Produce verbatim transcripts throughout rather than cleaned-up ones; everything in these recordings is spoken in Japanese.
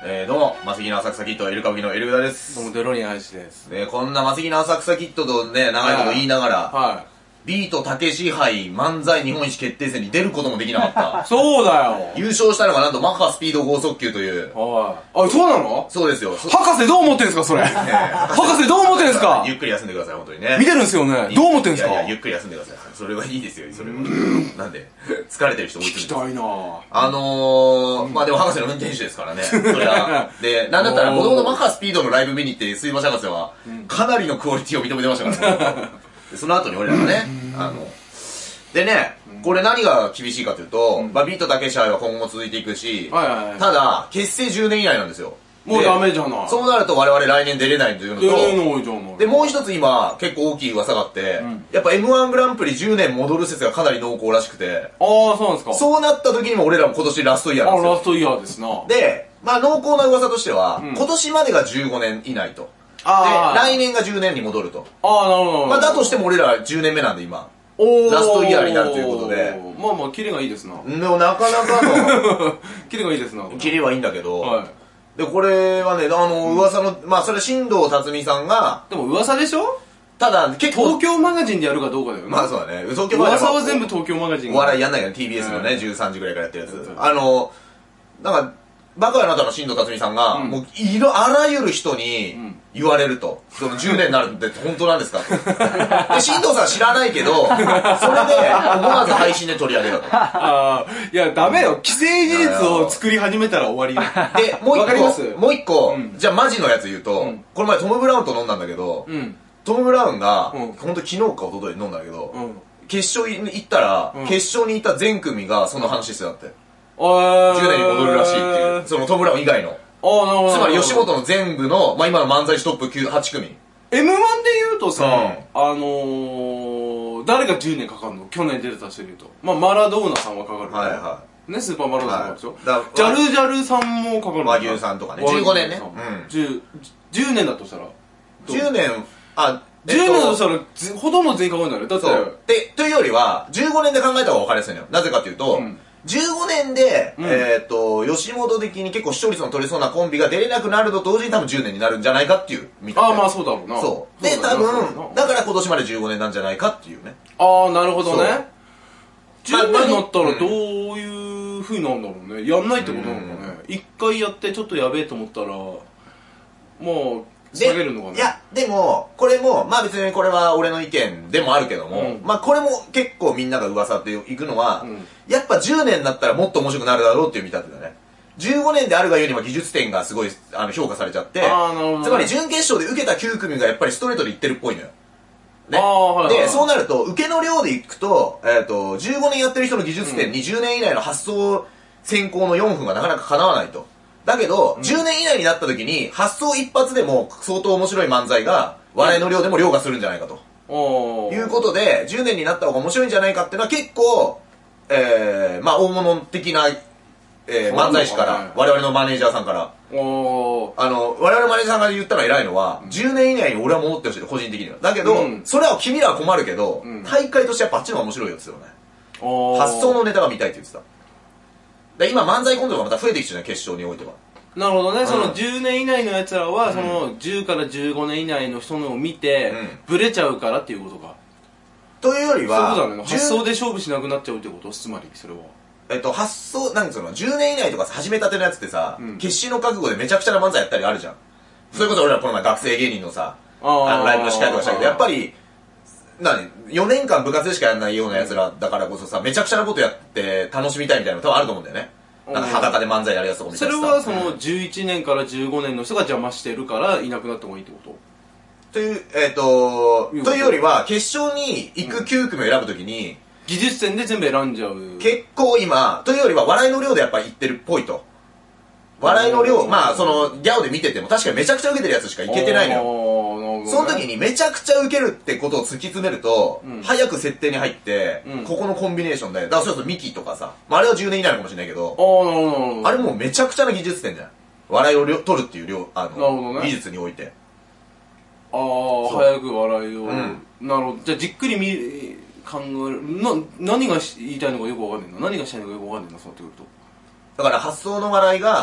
えー、どうも、マセキの浅草キッド、エル歌舞伎のエルグダです。 どうも、デロリアン林です。 ね、こんなマセキの浅草キッドとね、長いこと言いながら、 はい。 ビートたけし杯漫才日本一決定戦に出ることもできなかった。 そうだよ。 優勝したのがなんとマッハスピード剛速球という。 はい。あ、そうなの？ そうですよ。 博士どう思ってんすか、それ。博士どう思ってんすか？ ゆっくり休んでください、本当にね。 見てるんすよね。どう思ってんすか？ いやいや、ゆっくり休んでください。それはいいですよ、それは。なんで、疲れてる人多いです。 聞きたいなぁ。 あのー、まあでも博士の運転手ですからね。それは。で、なんだったら、もともとマッハスピードのライブ見に行って、水橋博士は、かなりのクオリティを認めてましたからね。その後に俺らがね、あの、でね、これ何が厳しいかというと、まあビートたけし杯は今後も続いていくし、ただ、結成じゅうねん以来なんですよ。 もうダメじゃない。 そうなると我々来年出れないというのと、 出れないじゃない。 で、もう一つ今、結構大きい噂があって、うん、やっぱ エムワン グランプリじゅうねん戻る説がかなり濃厚らしくて、 ああ、そうなんですか。 そうなった時にも俺らも今年ラストイヤーなんですよ。 あ、ラストイヤーですな。 で、まあ濃厚な噂としては、うん、今年までがじゅうごねん以内と。あで、来年がじゅうねんに戻ると。 ああ、なるほど。 まあだとしても俺らじゅうねんめなんで今。ラストイヤーになるということで。 まあまあ、キレがいいですな。 でもなかなかの。 キレがいいですな。 キレはいいんだけど、はい、で、これはね、あの、噂の、まあ、それ、新藤辰巳さんが、 でも噂でしょ？ただ、結構。東京マガジンでやるかどうかだよね。 まあ、そうだね。 東京マガジン。噂は全部東京マガジン。 お笑いやんないよね、ティービーエス のね、じゅうさんじぐらいからやってるやつ。あの、なんか、バカやなたの新藤辰巳さんが、もう、いろ、あらゆる人に言われると。そのじゅうねんになるって本当なんですかと。で、新藤さん知らないけど、それで、思わず配信で取り上げたと。 ああ、いや、ダメよ。既成事実を作り始めたら終わりよ。 で、もう一個、もう一個、じゃあマジのやつ言うと、この前トム・ブラウンと飲んだんだけど、トム・ブラウンが、ほんと昨日か一昨日飲んだんだけど、決勝に行ったら、決勝に行った全組がその話してたって。じゅうねんに戻るらしいっていう、そのトム・ブラウン以外の。つまり吉本の全部の、まあ今の漫才師トップきゅう、はち組。 エムワン で言うとさ、うん、あのー、誰がじゅうねんかかるの？去年出てた人で言うと。まあマラドーナさんはかかる。はいはい。ね、スーパーマラドーナさんでしょ、はい、ジャルジャルさんもかかる。 和牛さんとかね。じゅうごねんね。 うん。じゅう、じゅうねんだとしたら。 じゅうねん、あ、 じゅうねんだとしたら、ほとんど全員かかるんだよ。だって。 で、というよりは、じゅうごねんで考えた方が分かりやすいのよ。なぜかというと、うんじゅうごねんで、うん、えっと、吉本的に結構視聴率の取れそうなコンビが出れなくなると同時に多分じゅうねんになるんじゃないかっていう見方。ああ、まあそうだろうな。 そう。で、多分、だから今年までじゅうごねんなんじゃないかっていうね。 ああ、なるほどね。じゅうねんになったらどういう風になるんだろうね。やんないってことなのかね。一、うん、回やってちょっとやべえと思ったら、もう、下げるのかね。 いや、でも、これも、まあ別にこれは俺の意見でもあるけども、うん、まあこれも結構みんなが噂っていくのは、うん、やっぱじゅうねんになったらもっと面白くなるだろうっていう見立てだね。じゅうごねんであるがゆえには技術点がすごいあの評価されちゃって、つまり準決勝で受けたきゅう組がやっぱりストレートでいってるっぽいのよ。ね。はいはい、で、そうなると、受けの量でいくと、えっと、じゅうごねんやってる人の技術点にじゅうねん以内の発想先行のよんぷんがなかなか叶わないと。だけど、うん、じゅうねん以内になった時に、発想一発でも相当面白い漫才が、笑いの量でも凌駕するんじゃないかと。うん、いうことで、じゅうねんになった方が面白いんじゃないかっていうのは結構、えー、まあ大物的な、えー、漫才師から、我々のマネージャーさんから、あの、我々のマネージャーさんが言ったら偉いのは、うん、じゅうねん以内に俺は戻ってほしい、個人的には。だけど、うん、それは君らは困るけど、うん、大会としてやっぱあっちの方が面白いよですよね。発想のネタが見たいって言ってた。で今漫才コントがまた増えてきてるね、決勝においては。 なるほどね、うん、そのじゅうねん以内のやつらは、うん、そのじゅうからじゅうごねん以内の人のを見て、うん、ブレちゃうからっていうことか。 というよりは、 そうだね、発想で勝負しなくなっちゃうってこと？つまり、それは。 えっと、発想、なんその、じゅうねん以内とか始めたてのやつってさ、うん、決死の覚悟でめちゃくちゃな漫才やったりあるじゃん。それこそ俺らこの前学生芸人のさ、あのライブの司会とかしたけど、やっぱり、何よねんかん部活でしかやんないような奴らだからこそさ、めちゃくちゃなことやって楽しみたいみたいなの多分あると思うんだよね。なんか裸で漫才やるやつとか見たりさ。それはそのじゅういちねんからじゅうごねんの人が邪魔してるからいなくなった方がいいってことという、えっと、というよりは、決勝に行くきゅう組を選ぶときに、 技術点で全部選んじゃう。 結構今、というよりは笑いの量でやっぱ言ってるっぽいと。笑いの量、まあそのギャオで見てても確かにめちゃくちゃ受けてるやつしかいけてないのよ。その時にめちゃくちゃ受けるってことを突き詰めると、うん、早く設定に入って、うん、ここのコンビネーションで、だからそうそうミキとかさ、まあ、あれはじゅうねん以内かもしれないけど、あれもうめちゃくちゃな技術点じゃん。笑いを取るっていう量、あの、ね、技術において。 ああ、早く笑いを、うん、なるほど。じゃあじっくり見、考える、な、何が言いたいのかよくわかんないな。何がしたいのかよくわかんないな、そうなってくると。 だから発想の笑いが、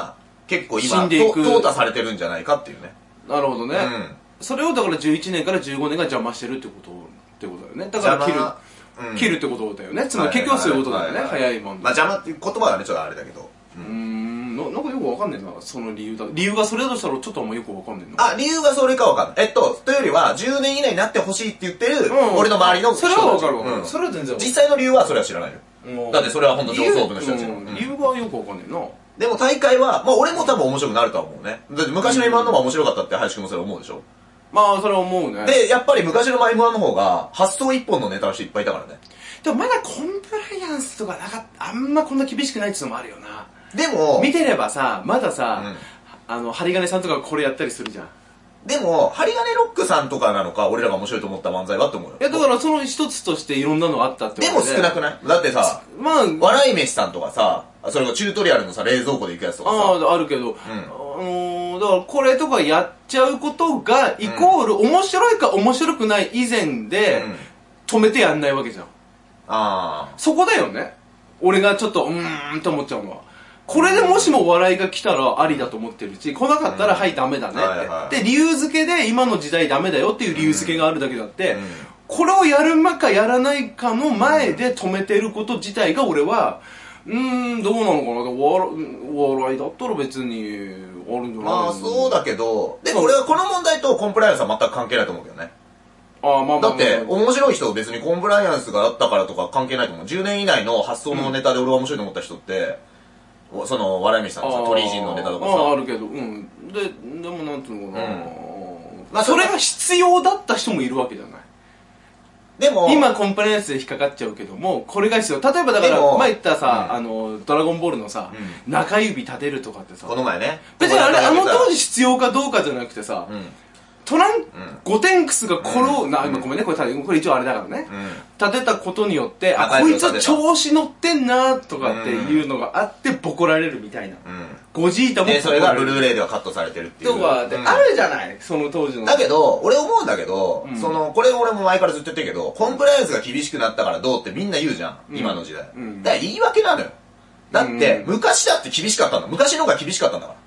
結構今、淘汰されてるんじゃないかっていうね。 なるほどね。うん、それをだからじゅういちねんからじゅうごねんが邪魔してるってことってことだよね。だから切る、うん、切るってことだよね。つまり結局はそういうことだよね。早いもんで。 まあ邪魔っていう言葉がね、ちょっとあれだけど。 うーん、ななんかよくわかんねえな、その理由だ。理由がそれだとしたらちょっとあんまよくわかんねえな。あ、理由がそれかわかんない。えっと、というよりは、じゅうねん以内になってほしいって言ってる、うん、俺の周りの人たち。 それはわかるわかる、うん。それは全然。 実際の理由はそれは知らないよ。だってそれは本当上層部の人たちの。 理由がよくわかんねえな。 でも大会は、まあ俺も多分面白くなるとは思うね。だって昔の エムワン の方が面白かったって林くんもそれ思うでしょ。 まあそれは思うね。 で、やっぱり昔の エムワン の方が発想一本のネタの人いっぱいいたからね。 でもまだコンプライアンスとかなかった、あんまこんな厳しくないっていうのもあるよな。 でも、 見てればさ、まださ、うん、あの、針金さんとかこれやったりするじゃん。 でも、針金ロックさんとかなのか、俺らが面白いと思った漫才はって思うよ。 いや、だからその一つとしていろんなのあったってことで。でも少なくないだってさ、まあ、笑い飯さんとかさ、それがチュートリアルのさ、冷蔵庫で行くやつとかさ。 ああ、あるけど、うん、あのー、だからこれとかやっちゃうことが、イコール面白いか面白くない以前で、止めてやんないわけじゃん。ああ。そこだよね。俺がちょっと、うーんって思っちゃうのは。これでもしも笑いが来たらありだと思ってるし、来なかったら、はい、ダメだねって。で、理由付けで今の時代ダメだよっていう理由付けがあるだけだって、これをやるまかやらないかの前で止めてること自体が俺は、うーん、どうなのかな、笑いだったら別にあるんじゃないの。 まあそうだけど、でも俺はこの問題とコンプライアンスは全く関係ないと思うけどね。ああまあまあ、だって、面白い人別にコンプライアンスがあったからとか関係ないと思う。じゅうねん以内の発想のネタで俺は面白いと思った人って、うん、その、笑い飯さんのさ、鳥人のネタとかさ。 ああ、あるけど、うん。で、でもなんていうのかな、うん、まあそれが必要だった人もいるわけじゃない。でも、今コンプライアンスで引っかかっちゃうけども、これが必要。例えばだから、前言ったさ、うん、あの、ドラゴンボールのさ、うん、中指立てるとかってさ。 この前ね。 別にあれ、あの当時必要かどうかじゃなくてさ、うん、トラン、うん、ゴテンクスがこれを、うん、な、今ごめんね、これ、これ一応あれだからね。うん、立てたことによって、あ、こいつ調子乗ってんなとかっていうのがあって、ボコられるみたいな。うんゴジータもそれがブルーレイではカットされてるっていう。 とかってあるじゃない、うん、その当時の。 だけど、俺思うんだけど、うん、その、これ俺も前からずっと言ってるけど、コンプライアンスが厳しくなったからどうってみんな言うじゃん、うん、今の時代。うん、だから言い訳なのよ。だって、うん、昔だって厳しかったの。昔の方が厳しかったんだから。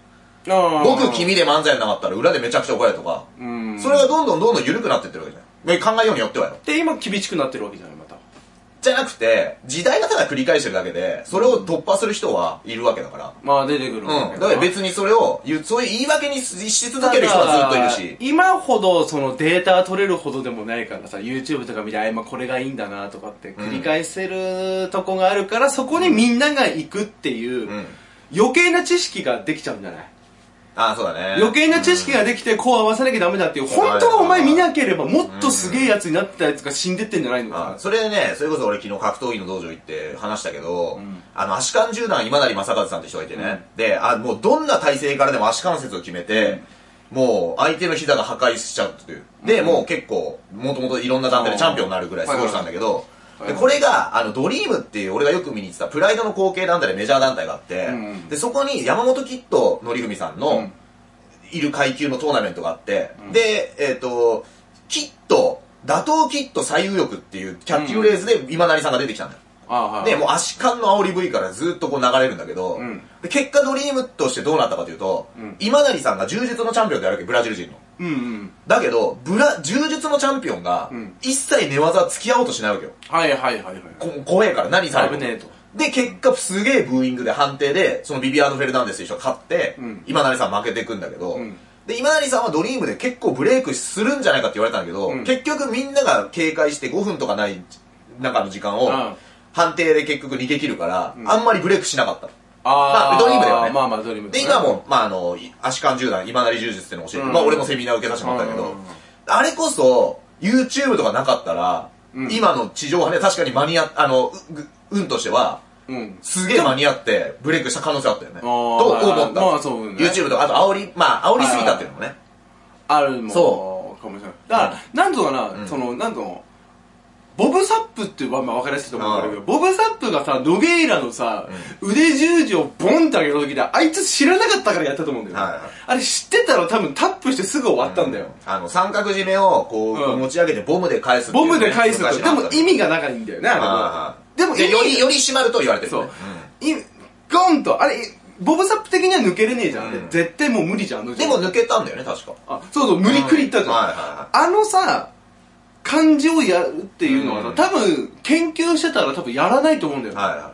僕、君で漫才なかったら裏でめちゃくちゃ怒られるとか、うん、それがどんどんどんどん緩くなってってるわけじゃん。考えようによってはよ。 で、今厳しくなってるわけじゃない、また。 じゃなくて、時代がただ繰り返してるだけで、それを突破する人はいるわけだから。 まあ出てくる。 うん。だから別にそれを言う、そういう言い訳にし続ける人はずっといるし。 今ほどそのデータ取れるほどでもないからさ、YouTube とか見て、あ、今これがいいんだなとかって繰り返せるとこがあるから、そこにみんなが行くっていう、うん、余計な知識ができちゃうんじゃない？ ああ、そうだね。 余計な知識ができて、こう合わせなきゃダメだっていう、本当はお前見なければもっとすげえやつになったやつが死んでってんじゃないのかな。 それでね、それこそ俺昨日格闘技の道場行って話したけど、うん、あの、足関十段今成正和さんって人がいてね、うん、で、あ、もうどんな体勢からでも足関節を決めて、うん、もう相手の膝が破壊しちゃうっていう。で、うん、もう結構、もともといろんな団体でチャンピオンになるぐらいすごい人なんだけど、でこれが、あの、ドリームっていう、俺がよく見に行ってた、プライドの後継団体でメジャー団体があって、うん、で、そこに山本キッド典文さんの、うんいる階級のトーナメントがあって、うん、で、えっ、ー、と、キット、打倒キット最右翼っていうキャッチフレーズで今成さんが出てきたんだよ。うん、で、もう足感の煽り V からずっとこう流れるんだけど、うん、で結果ドリームとしてどうなったかというと、うん、今成さんが柔術のチャンピオンであるわけ、ブラジル人の。うんうん、だけど、ブラ、柔術のチャンピオンが、一切寝技付き合おうとしないわけよ。 はいはいはいはい。 こ怖えから何されるので、結果すげえブーイングで判定で、そのビビアーノ・フェルナンデスという人が勝って、うん、今成さん負けていくんだけど、うん、で、今成さんはドリームで結構ブレイクするんじゃないかって言われたんだけど、うん、結局みんなが警戒してごふんとかない中の時間を、判定で結局逃げ切るから、うん、あんまりブレイクしなかった。あまあ、ドリームではね。まあまあドリームで。で、今も、まああの、足換十段、今成柔術っていうのを教えて、うん、まあ俺もセミナー受けさせてもらったけど、あれこそ、YouTube とかなかったら、うん、今の地上波ね、確かに間に合っ、あの、運としては、うん、すげえ間に合ってブレイクした可能性あったよね。と思った。まあそうね。YouTube とか、あと煽り、まあ煽りすぎたっていうのもね。 あるもん。そう。かもしれない。だから、なんとかな、うん、その、なんとの、ボブサップっていう、まあ分かりやすいと思うんだけど、ボブサップがさ、ノゲイラのさ、うん、腕十字をボンって上げた時で、あいつ知らなかったからやったと思うんだよね。はいはい、あれ知ってたら多分タップしてすぐ終わったんだよ。 うん、あの、三角締めをこう、うん、持ち上げてボムで返すっていう、 ね。ボムで返すって。でも意味が長いんだよね、あれは。 でも、より、より締まると言われてる、ね。そう。 うん、ゴンと、あれ、 ボブサップ的には抜けれねえじゃん、 うん絶対もう無理じゃん。 でも抜けたんだよね確か。 あ、そうそう、無理くりいったじゃん、 はいはいはい、 あのさ漢字をやるっていうのはさ、 うん、 多分研究してたら多分やらないと思うんだよね、はいはい、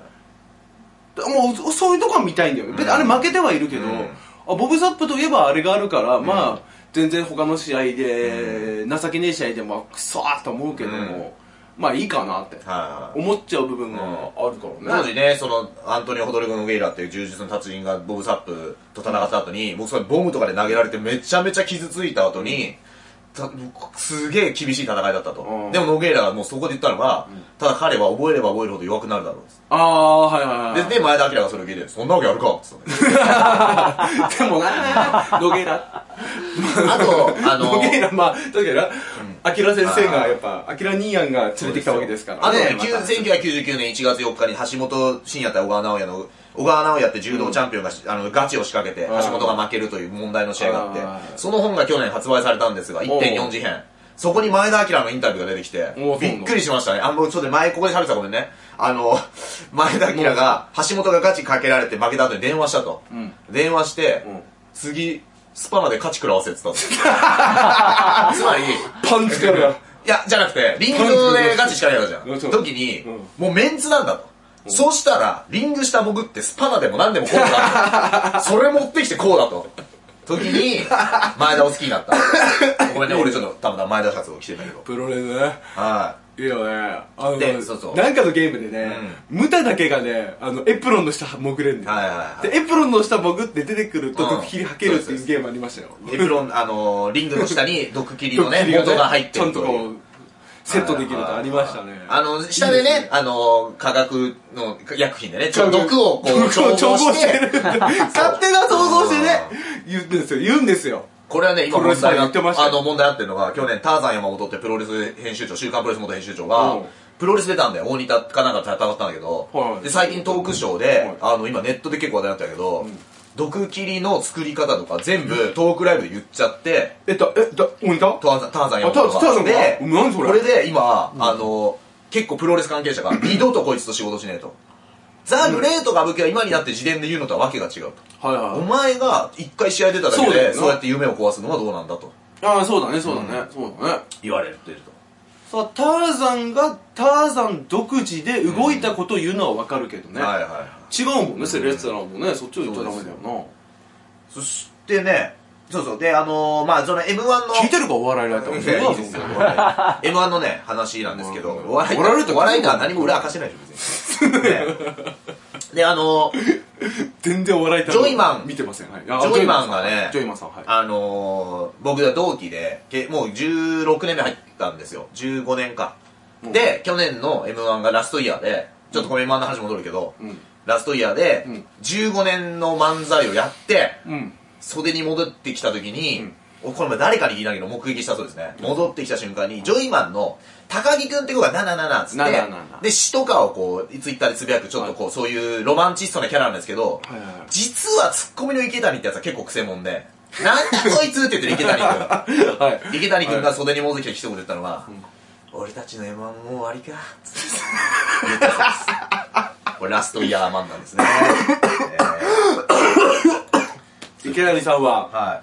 もうそういうとこは見たいんだよね、別にあれ負けてはいるけど、うん、あボブサップといえばあれがあるから、うん、まあ全然他の試合で、うん、情けねえ試合でもクソーと思うけども、うんまあいいかなって思っちゃう部分があるからね。 当時ね、そのアントニオ・ホドリゴ・ノゲイラっていう柔術の達人がボブサップと戦った後に、僕それボムとかで投げられてめちゃめちゃ傷ついた後に、すげえ厳しい戦いだったと、うん、でもノゲイラがもうそこで言ったのが、うん、ただ彼は覚えれば覚えるほど弱くなるだろうです。 ああはいはいはい。 で、で前田明がそれを聞いて、そんなわけあるかっつってでもなノゲイラあとあのノゲイラまあだけどアキラ先生がやっぱアキラニーヤンが連れてきたわけですからね。 あとね、せんきゅうひゃくきゅうじゅうきゅうねんいちがつよっかに橋本真也対小川直也の小川直也って柔道チャンピオンが、うん、あのガチを仕掛けて橋本が負けるという問題の試合があって、その本が去年発売されたんですが いってんよん 次編、そこに前田明のインタビューが出てきてびっくりしましたね。あのちょっと前ここで喋ってたごめんね、あの前田明が橋本がガチかけられて負けた後に電話したと、うん、電話して、うん、次スパナで勝ち食らわせって言ったんですよつまりパンチからいやじゃなくてリングでガチしかないわけじゃん時に、うん、もうメンツなんだと、うん、そうしたらリング下潜ってスパナでも何でもこうだとそれ持ってきてこうだと時に前田を好きになったごめんね俺ちょっとたまたま前田シャツを着てたけどプロレスねはいいいよね。あのでそうそうなんかのゲームでね、うん、ムタだけがねあのエプロンの下潜れんねん、はいはいはい、でエプロンの下潜って出てくると毒切り吐けるっていうゲームありましたよ、 うん、エプロンあのー、リングの下に毒切りのね元が入ってるというちゃんとこうセットできるとありましたね。 あの下でね、あの化学の薬品でね、毒をこう調合して勝手な想像してね言うんですよ言うんですよ。 これはね今問題があの問題あってるのが去年ターザン山本ってプロレス編集長週刊プロレス元編集長がプロレス出たんだよ大仁田かなんか戦ったんだけど、で最近トークショーであの今ネットで結構話題になったけど。毒切りの作り方とか全部トークライブで言っちゃってえっとえだ大仁田ターザン山本がでこれで今あの結構プロレス関係者が二度とこいつと仕事しねえとザ・グレート歌舞伎は今になって自伝で言うのとはわけが違うと、はいはいはい、お前が一回試合出ただけでそうやって夢を壊すのはどうなんだとああそうだねそうだね、うん、そうだね言われてるとさあターザンがターザン独自で動いたことを言うのはわかるけどね、うんはいはいはい、違うもんねそれレスラーもねそっちを言っちゃダメだよな。 そしてねそうそうであのー、まあその エムワン の聞いてるかお笑いライターいいですよ エムワン のね話なんですけどお笑いお笑いとは何も裏明かしてないでしょ別に、ね、であのー、 全然お笑いジョイマン見てません、はい、 ジョイマンがねジョイマンさんはいあのー、僕が同期でもうじゅうろくねんめ入ったんですよじゅうごねんか、うん、で去年の エムワン がラストイヤーでちょっとこれ エムワン の話戻るけど、うん、ラストイヤーでじゅうごねんの漫才をやって、うん袖に戻ってきた時に、うん、これも誰かに言いながら目撃したそうですね、うん、戻ってきた瞬間にジョイマンの高木くんって子がななななっつってで詩とかをこうツイッターでつぶやくちょっとこう、はい、そういうロマンチストなキャラなんですけど、はいはいはい、実はツッコミの池谷ってやつは結構クセモンでなんだこいつって言ってる池谷くん、はい、池谷くんが袖に戻ってきた一言言ったのが、うん、俺たちの エムワン もう終わりかって言ったそうですこれラストイヤーマンなんですね、えー池谷さんは、 はい、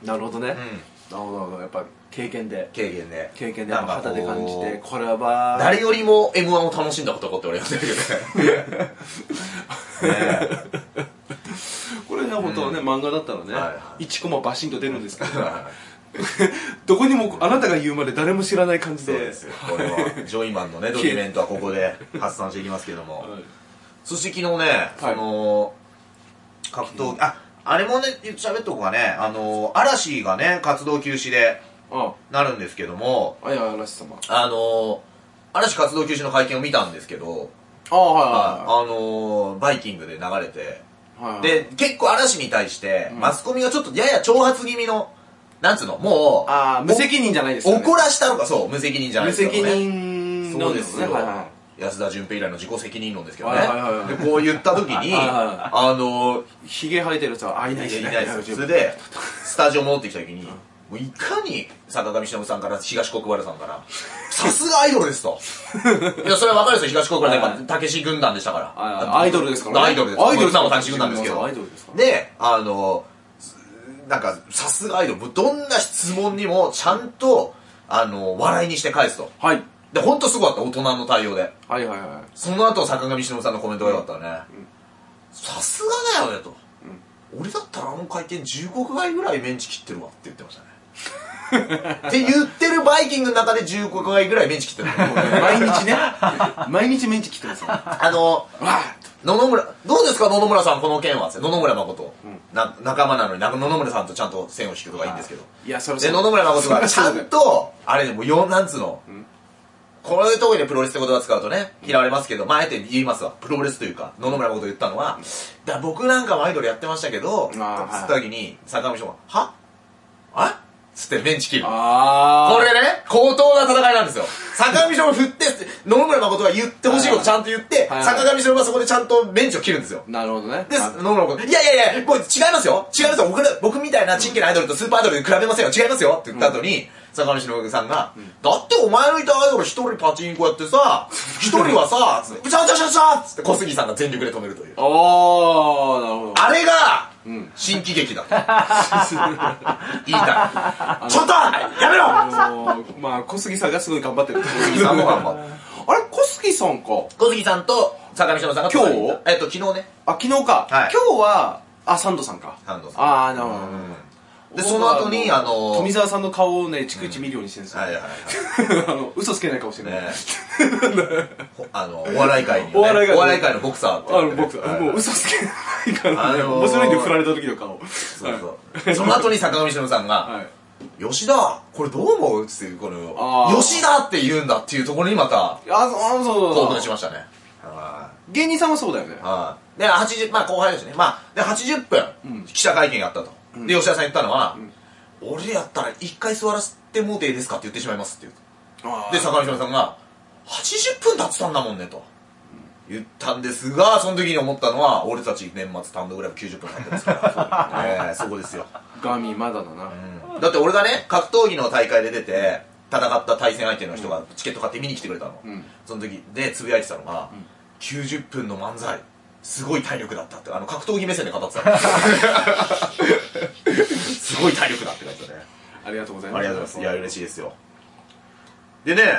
なるほどね、うん、なるほどなるほどやっぱ経験で経験で経験でやっぱ肌で感じてこれは誰よりも エムワン を楽しんだ男って俺言ってるけどねこれね本当はね、うん、漫画だったらね、はいはい、いちコマバシンと出るんですけどどこにもあなたが言うまで誰も知らない感じでそうですよこれはジョイマンのねドキュメントはここで発散していきますけども、はい、そして昨日ね、はい、その格闘ああれもね喋っとこうかねあの嵐がね活動休止でなるんですけどもあいや嵐様あの嵐活動休止の会見を見たんですけどあはいはい、はい、 あのバイキングで流れて、はいはい、で結構嵐に対して、うん、マスコミがちょっとやや挑発気味のなんつうのもうあ無責任じゃないですか、ね、 怒らしたのかそう無責任じゃないですか、ね、 無責任そうですよ、はいはい安田純平以来の自己責任論ですけどね、はいはいはい、でこう言った時にあのひげ生えてる人はあいないしいないですそれでスタジオ戻ってきた時にもういかに坂上忍さんから東国原さんからさすがアイドルですといやそれは分かるんですよ。東国原さんたけし軍団でしたからアイドルですからね。 アイドルです。 アイドルです今もたけし軍団ですけど。であのなんかさすがアイドル、どんな質問にもちゃんとあの笑いにして返すと。 はい。 で本当すごかった、大人の対応で。 はいはいはい。 その後坂上忍さんのコメントが良かったね。さすがだよねと、うん、俺だったらあの回転じゅうごかいぐらいメンチ切ってるわって言ってましたねって言ってるバイキングの中でじゅうごかいぐらいメンチ切ってる毎日ね毎日メンチ切ってますよ。 あの野々村どうですか野々村さんこの件は。野々村誠、うん、な仲間なのに野々村さんとちゃんと線を引くとかいいんですけど、 いやそれで野々村誠がちゃんとあれでもよなんつうの、うんこういうところでプロレスって言葉使うとね嫌われますけど、まああえて言いますわ。プロレスというか野々村のこと言ったのは、だ僕なんかもアイドルやってましたけどつった時に坂上翔がはあつってメンチ切る。あこれね高等な戦いなんですよ。坂上翔が振って野々村誠が言ってほしいことちゃんと言って坂上翔がそこでちゃんとメンチを切るんですよ。 なるほどね。 で野々村誠いやいやいやもう違いますよ違いますよ 僕, 僕みたいなチンケなアイドルとスーパーアイドルで比べませんよ違いますよって言った後に、うん坂上忍さんが、うん、だってお前のいたアイドル一人パチンコやってさ一人はさつって「ちゃちゃちゃちゃ」っつって小杉さんが全力で止めるという。 ああなるほど。あれが、うん、新喜劇だ言いたいちょっとやめろまあ小杉さんがすごい頑張ってる。 小杉さんも頑張ってあれ小杉さんか小杉さんと坂上忍さんが今日えっと昨日ねあ昨日か、はい、今日はあサンドさんかサンドさんああなるほどで、その後に、あの富澤さんの顔をね、逐一見るようにしてるんですよ。はいはいはい。あの、嘘つけないかもしれない。 あの、お笑い界に。 お笑い界。 お笑い界のボクサーって。 あの、ボクサー。もう嘘つけないから。面白いんで振られた時の顔。 そうそう。その後に坂上忍さんが、吉田、これどう思うっていう、この、吉田って言うんだっていうところにまた、興奮しましたね。 芸人さんもそうだよね。 で、はちじゅう、まあ後輩ですね。まあ、で、はちじゅっぷん、記者会見やったと。で、吉田さん言ったのは、うん、俺やったら一回座らせてもうていいですかって言ってしまいますって言う。で、坂上忍さんが、はちじゅっぷん経ってたんだもんねと。言ったんですが、その時に思ったのは、俺たち年末単独ライブきゅうじゅっぷん経ってますから。えー、そこですよ。 ガミまだだな、 うん。だって俺がね、格闘技の大会で出て、戦った対戦相手の人がチケット買って見に来てくれたの。うん、その時でつぶやいてたのが、うん、きゅうじゅっぷんの漫才。すごい体力だったって、あの格闘技目線で語ってたすごい体力だって書いてたね。 ありがとうございます。 ありがとうございます。いや嬉しいですよ。でね、はい、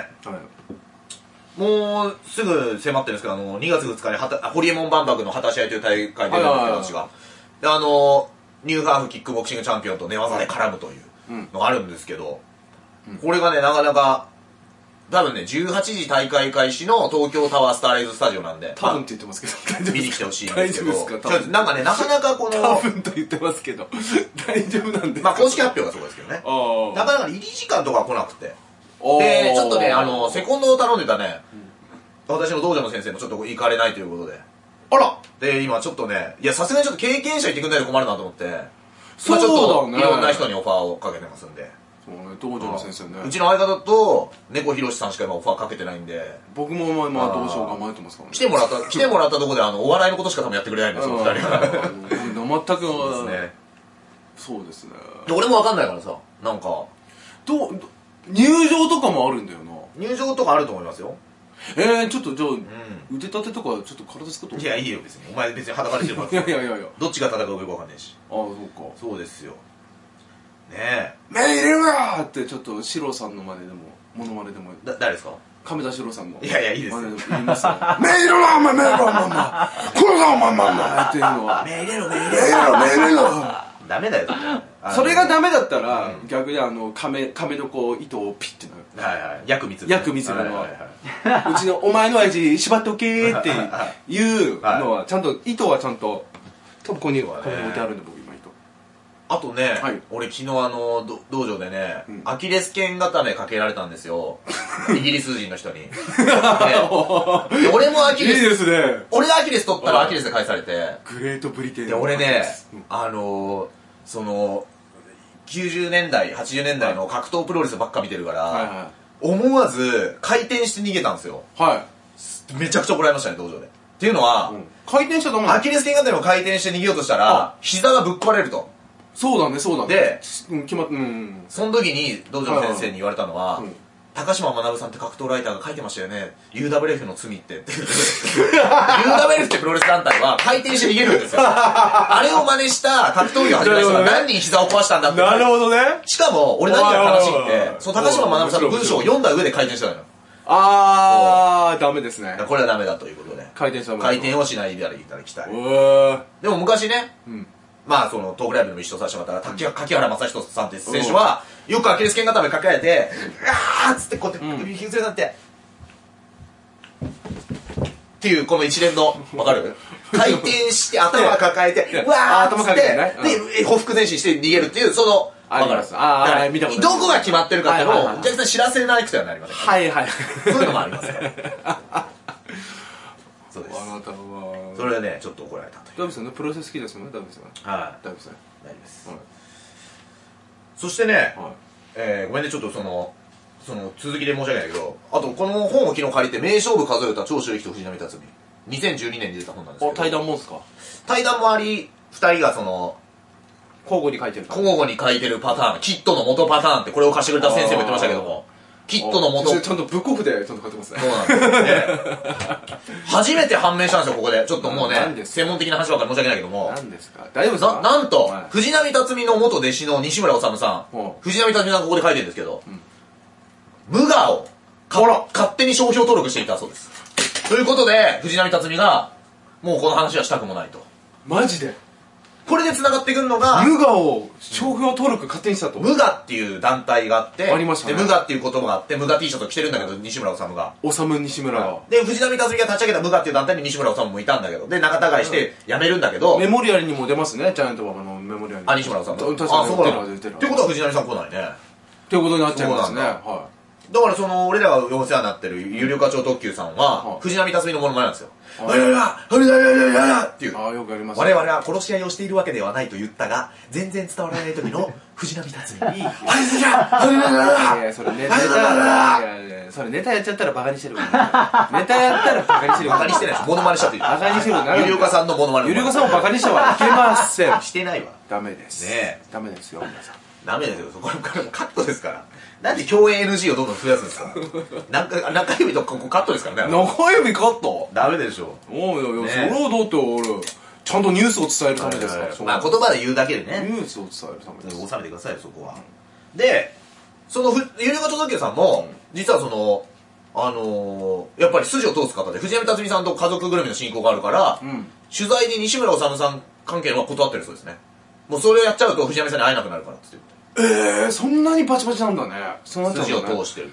もうすぐ迫ってるんですけど、あのにがつふつかにはたホリエモン万博の果たし合いという大会で出るんですけど、私がであのニューハーフキックボクシングチャンピオンと寝技で絡むというのがあるんですけど、うん、これがねなかなか多分ね、じゅうはちじ大会開始の東京タワースターレイズスタジオなんで多分って言ってますけど見に来てほしいんですけど大丈夫ですか。 なんかね、なかなかこの多分と言ってますけど大丈夫なんでまあ公式発表がそうですけどねなかなか入り時間とか来なくてで、ちょっとね、あの、セコンドを頼んでたね、うん、私の道場の先生もちょっと行かれないということであらで、今ちょっとね、いや、さすがにちょっと経験者いてくんないと困るなと思ってそうだね、 まあ、ちょっといろんな人にオファーをかけてますんでそうね、道場の先生ね。 うちの相方と猫ひろしさんしか今オファーかけてないんで僕もまあまあどうしようか迷ってますからね。 来てもらった来てもらったとこであのお笑いのことしか多分やってくれないんですよふたりが全くそうですね。そうですね。 俺もわかんないからさなんかどう入場とかもあるんだよな。 入場とかあると思いますよ。 えー、ちょっとじゃあ、うん、腕立てとかちょっと体つくと。 いやいいよ別にお前別に裸でしてるからいやいやいやいやどっちが戦うかよくわかんないし。 ああそうかそうですよねえ目入れるなってちょっとシロさんの真似でもモノマネでもだ誰ですか亀田シロさんのいやいやいいですよ言いますよ目入れろお前目入れろお前これだお前お前っていうのは目入れろ目入れろ目入れろダメだよそれがダメだったら逆にあの亀亀のこう糸をピッてなるはいはい薬蜜薬蜜のうちのお前の味縛っておけっていうのはちゃんと糸はちゃんと多分ここにここに置いてあるんで僕あとね、はい、俺昨日あの道場でね、うん、アキレス腱固めかけられたんですよイギリス人の人に、ね、俺もアキレスいいですね俺がアキレス取ったらアキレスで返されてグレートブリテンで俺ね、うん、あのー、そのきゅうじゅうねんだいはちじゅうねんだいの格闘プロレスばっか見てるから、はいはい、思わず回転して逃げたんですよはいめちゃくちゃ怒られましたね道場でっていうのは、うん、 回転しちゃダメアキレス腱固めを回転して逃げようとしたら膝がぶっ壊れるとそうだねそうだねで、 うん、決まっうんその時に道場の先生に言われたのは、 うん高島学さんって格闘ライターが書いてましたよね ユーダブリューエフ の罪ってってユーダブリューエフ ってプロレス団体は回転して逃げるんですよあれを真似した格闘技を始めた人が何人膝を壊したんだって。 なるほどね。 しかも俺何が悲しいってその高島学さんの文章を読んだ上で回転したのよ。 あーダメですね。 これはダメだということで回転した回転をしないでいただきたい。 うーでも昔ね、 うんまあそのトークライブでも一緒させてもらった柿柿原正人さんって選手はよくアキレス腱固め抱えてうわーっつってこうやって首引きずれになってっていうこの一連のわかる回転して頭抱えてうわーっつってでほふ前進して逃げるっていうそのわかるああ見たことどこが決まってるかっていうのをお客さん知らせなくてはなりませんはいはいそういうのもありますからそうです。 あなたはそれでねちょっと怒られたという。 ダビさんねプロレス好きですもんねダビさん。 はい。 ダビさん。 大丈夫です。 はい。 そしてね、 はい、 えー、ごめんねちょっとそのその続きで申し訳ないけど、あとこの本を昨日借りて名勝負数えた長州力と藤波辰巳にせんじゅうにねんに出た本なんですけど。 対談もんすか。 対談もありふたりがその交互に書いてる交互に書いてるパターンキットの元パターンってこれを貸してくれた先生も言ってましたけども。キットの元ちゃんとブックオフでちゃんと書いてますね。 そうなんですよね初めて判明したんですよここでちょっともうね専門的な話ばっかり申し訳ないけども何ですか大丈夫ですか。 ななんと、 はい、 藤波辰巳の元弟子の西村治さん、うん、藤波辰巳さんここで書いてるんですけど、うん、無我を勝手に商標登録していたそうですということで藤波辰巳がもうこの話はしたくもないと。 マジでこれで繋がってくるのが無我を商標登録勝手にしたと。 無我っていう団体があってありましたね。 で無我っていう言葉があって無我 T シャツを着てるんだけど西村治が治西村がで藤波辰巳が立ち上げた無我っていう団体に西村治もいたんだけどで仲違いして辞めるんだけど、 うん、メモリアルにも出ますねジャイアント馬場のメモリアルに。 あ西村治確かにあそうなんだってことは藤波さん来ないねっていうことになっちゃいますね。はだからその俺らがお世話になってる有料課長特急さんは藤波辰巳のモノマネなんですよ。我々は藤波辰巳っていう。 ああよくやります。 我々は殺し合いをしているわけではないと言ったが全然伝わらない時の藤波辰巳に「あれじゃあいやそれネタそれネタやっちゃったらバカにしてるからネタやったらバカにしてるバカにしてないですモノマネしたって言うバカにしてる有料課さんのモノマネ有料課さんをバカにしてはいけませんしてないわダメですねダメですよ皆さんダメですよこれからもカットですからなんで共演 エヌジー をどんどん増やすんですか中中指とここカットですからね中指カットダメでしょおいおいおいそれはだって俺ちゃんとニュースを伝えるためですからまあ言葉で言うだけでねニュースを伝えるためです収めてくださいよそこはでその有料課長特急さんも実はそのあのー、やっぱり筋を通す方で藤波辰巳さんと家族ぐるみの親交があるから、うん、取材で西村治さん関係のは断ってるそうですねもうそれをやっちゃうと藤波さんに会えなくなるからって言ってええー、そんなにバチバチなんだねその筋を通してる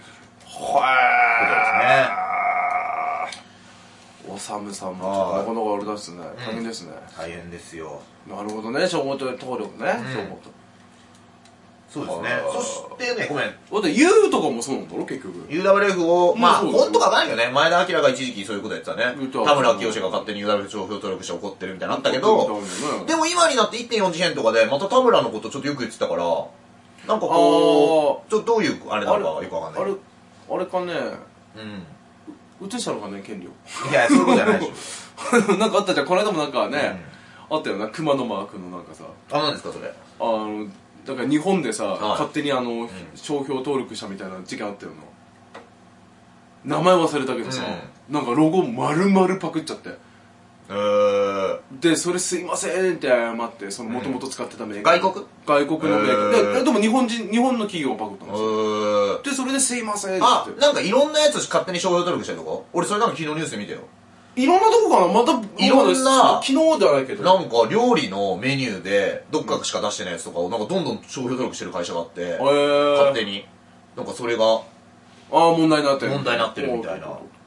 はえおさむさんもなかなかあれですね大変ですね大変ですよなるほどね消防登録ね消防そうですねそしてねごめんだって U とかもそうなんだろ結局ユーダブリューエフ をまあ本とかないよね前田明が一時期そういうことやってたね田村清が勝手に ユーダブリューエフ 商標登録して怒ってるみたいなのあったけどでも今になって いってんよん 次元とかでまた田村のことちょっとよく言ってたからなんかこうちょっとどういうあれなのかよくわかんないあれあれかねうん移したのかね権利をいやそういうことじゃないでしょなんかあったじゃんこの間もなんかねあったよな熊のマークのなんかさあ何ですかそれあのだから日本でさ、はい、勝手にあの、うん、商標登録したみたいな事件あったよな名前忘れたけどさ、うん、なんかロゴ丸々パクっちゃってえー、 でそれすいませんって謝ってその元々使ってたメーカー、 うん、外国外国のメーカー、えー、で, でも日本人日本の企業がパクったんですよ、えー、でそれですいませんってあなんかいろんなやつ勝手に商標登録してるとこ俺それなんか昨日ニュースで見てよいろんなとこかなまたいろんな昨日ではないけどなんか料理のメニューでどっかしか出してないやつとかをなんかどんどん商標登録してる会社があって、えー、勝手になんかそれがああ問題になってる問題になってるみたいな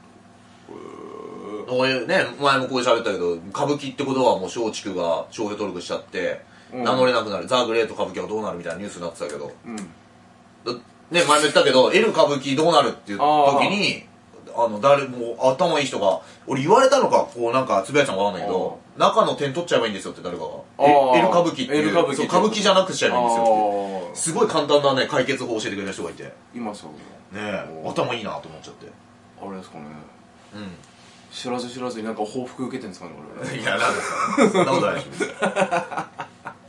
俺ね前もここで喋ったけど歌舞伎ってことはもう松竹が商標登録しちゃって、うん、名乗れなくなるザ・グレート歌舞伎はどうなるみたいなニュースになってたけど、うん、ね前も言ったけど L 歌舞伎どうなるっていう時にあの誰も頭いい人が俺言われたのかこうなんかつぶやいちゃんわかんないけど中の点取っちゃえばいいんですよって誰かが L 歌舞伎っていう歌舞伎じゃなくしちゃえばいいんですよってすごい簡単なね解決法を教えてくれた人がいて今そうねえ頭いいなと思っちゃってあれですかねうん知らず知らずになんか報復受けてるんですかね俺いやなんですかそんなことないでしょ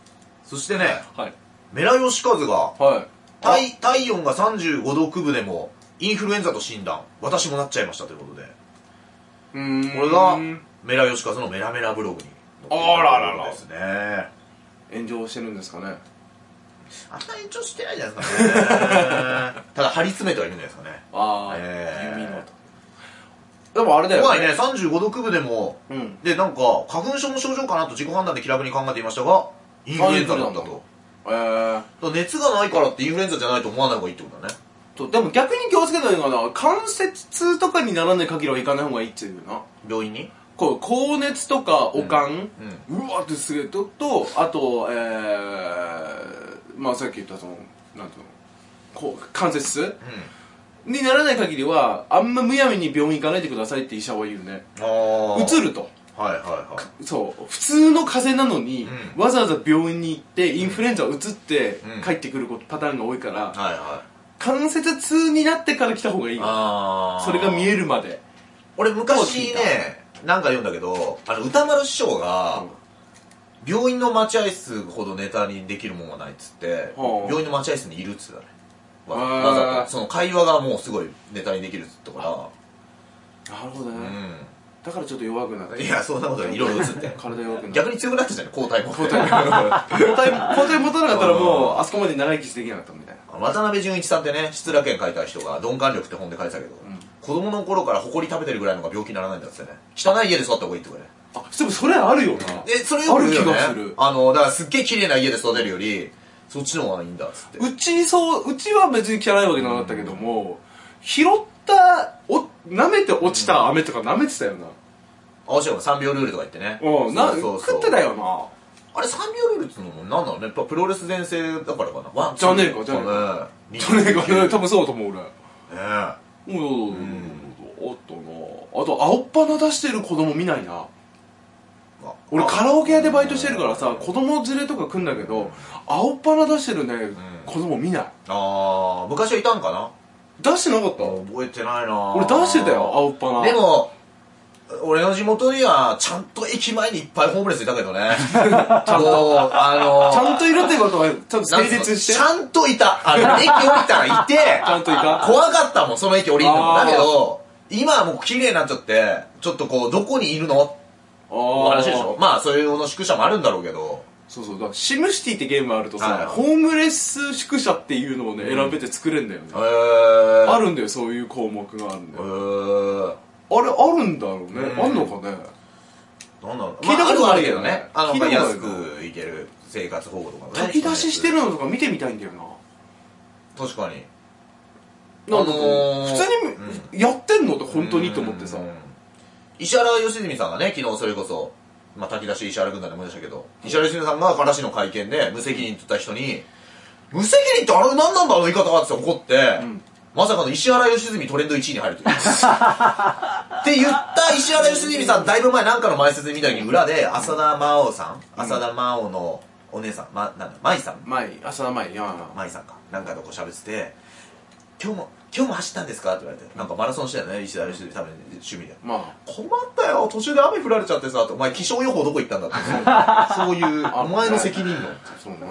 そしてね、 はい。 メラヨシカズが、 はい。 体、体温がさんじゅうごどくぶでも、インフルエンザと診断。私もなっちゃいましたということで。 うーん。 これが、メラヨシカズのメラメラブログに載っていあらららるんですね。 炎上してるんですかね。 あんま炎上してないじゃないですかね。ただ張り詰めてはいるんじゃないですかね。 ああ、 えー弓のと。でもあれだよね。 怖いね、さんじゅうごどくぶでも、 うん。 で、なんか、花粉症の症状かなと自己判断で気楽に考えていましたが、インフルエンザだったと。 えー。 熱がないからってインフルエンザじゃないと思わない方がいいってことだね。 とでも逆に気をつけたらいいのかな。関節痛とかにならない限りは行かない方がいいっていうな。 病院にこう、高熱とか、おかん、 うん。 うわーってすげえと、と、あと、えー、まあさっき言ったその、なんていうの、こう、関節痛うん。 にならない限りは、あんまむやみに病院行かないでくださいって医者は言うね。 ああ。 うつると。 はいはいはい。 そう。普通の風邪なのに、 うんわざわざ病院に行って、インフルエンザをうつってうん帰ってくることパターンが多いから、 はいはい。 関節痛になってから来た方がいいの。 ああ。 それが見えるまで。 俺昔ね、なんか読んだけど、あの、歌丸師匠が、病院の待合室ほどネタにできるもんはないっつって、 はあ病院の待合室にいるっつってたね。わへーわざと。その会話がもうすごいネタにできるっつったかなるほどね。 ら、 だからちょっと弱くなっうん。 て。 いや、そんなこといろいろ映って。 体弱くなって。 逆に強くなってたじゃん、抗体も。 交代交代交代持たなかったらもうあそこまで長生きできなかったみたいな。 渡辺淳一さんってね、失楽園書いた人が、鈍感力って本で書いてたけど、 ん子供の頃から埃食べてるぐらいのが病気にならないんだっつってね。汚い家で育った方がいいってことね。 あ、でもそれあるよな。 で、それよく言うよね。 ある気がするあの、だからすっげえ綺麗な家で育てるより、そっちの方がいいんだっつって。 うちそう、うちは別に汚いわけじゃなかったけども、拾ったお舐めて落ちた飴とか舐めてたよな。 あ、しかもさんびょうルールとか言ってね。 うん、なそうそうそう食ってたよな。 あれさんびょうルールっていうのも何なのね。やっぱプロレス全盛だからかな。ワンじゃねえかじゃねえかね。 とにかく多分そうだと思う俺。 ねおうおうおうおうおっとな。あと青っ鼻出してる子供見ないな。俺カラオケ屋でバイトしてるからさ、子供連れとか来んだけど、青っ鼻出してるね、子供見ない。 あー、昔はいたんかな。 出してなかった？ 覚えてないな。 俺出してたよ、青っ鼻。 でも、俺の地元にはちゃんと駅前にいっぱいホームレスいたけどね。ちゃんと、あのー、 ちゃんといるってことは、ちゃんと成立して。 ちゃんといた。あの、駅降りたらいて、 ちゃんといた。 怖かったもん、その駅降りるのも。 あーだけど、今はもう綺麗になっちゃって、ちょっとこう、どこにいるのお話でしょ。まあ、そういうの宿舎もあるんだろうけど。 そうそう。だからシムシティってゲームあるとさ、 はいホームレス宿舎っていうのをね、 うん選べて作れんだよね。 へー。 あるんだよ、そういう項目があるんだへよ。 ー。 あれ、あるんだろうね。 うんあんのかね。 なんだろう。 聞いたことまあ、ああるけどねるけどね。あの、 聞いたことある安く行ける生活保護とかね。 炊き出ししてるのとか見てみたいんだよな。 確かに。 なんかこう、 あのー普通にやってんのって本当にと思ってさうん。石原良純さんがね、昨日それこそ、まあ、炊き出し石原軍団でも言いましたけど、石原良純さんがからしの会見で無責任って言った人に、無責任ってあれ何なんだあの言い方はって怒って、 んまさかの石原良純トレンドいちいに入るという。って言った石原良純さん、だいぶ前なんかの前説で見た時に裏で、浅田真央さん、浅田真央のお姉さん、ま、なんだ、舞さん前、朝田前、いや舞さんか。なんかとこう喋ってて、今日も、今日も走ったんですかって言われて、なんかマラソンしてたよね、石原良純多分趣味で。 まあ、 困ったよ、途中で雨降られちゃってさ、お前気象予報どこ行ったんだって。そういう、お前の責任論。 そうね。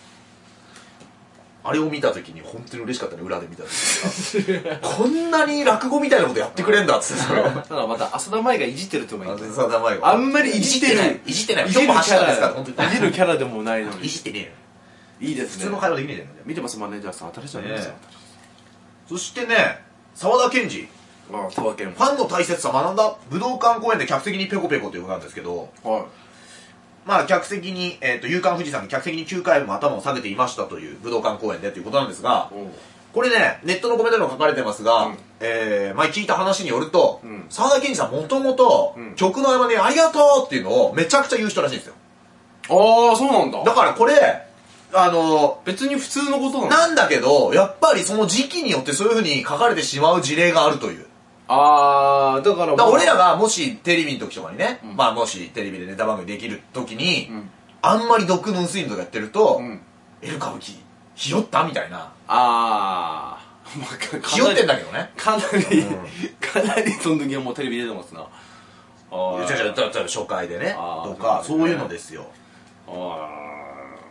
あれを見た時に本当に嬉しかったね、裏で見た時に。こんなに落語みたいなことやってくれんだっつってさ。 ただまた浅田舞がいじってるってのもいいんだよ。 そう名前があんまりいじってる。 いじってない。 いじるキ今日も走ったんですかャ本当に。 ラ、いじるキャラでもないのに。 いじってねえよ。 いいですね。 普通の会話できねえじゃん。 見てます、マネージャーさん。当たりじゃないですか。 そしてね、沢田研二。 ああ、沢健。 ファンの大切さ学んだ武道館公演で客席にペコペコということなんですけど、 はい。 まあ客席に、えっと、夕刊富士山が客席にきゅうかいも頭を下げていましたという武道館公演でということなんですが、これね、ネットのコメントにも書かれてますが、 うんえー、前聞いた話によると、 うん沢田研二さんもともとうん曲の合間にありがとうっていうのをめちゃくちゃ言う人らしいんですよ。 ああ、そうなんだ。 だからこれ、あの、 別に普通のことなの。 なんだけど、やっぱりその時期によってそういう風に書かれてしまう事例があるという。 ああ、だからだから俺らがもしテレビの時とかにね、 うんまあもしテレビでネタ番組できる時に、 うん。 あんまり毒の薄いのとかやってると、 うん。 エル歌舞伎、ひよったみたいな。 ああ。まあ、かひよってんだけどね。 かなり、かなりその時はもうテレビ出てますな。あいや違う違う、例えば初回でね、 あーとか、 そううですねそいうのですよ。 あ。え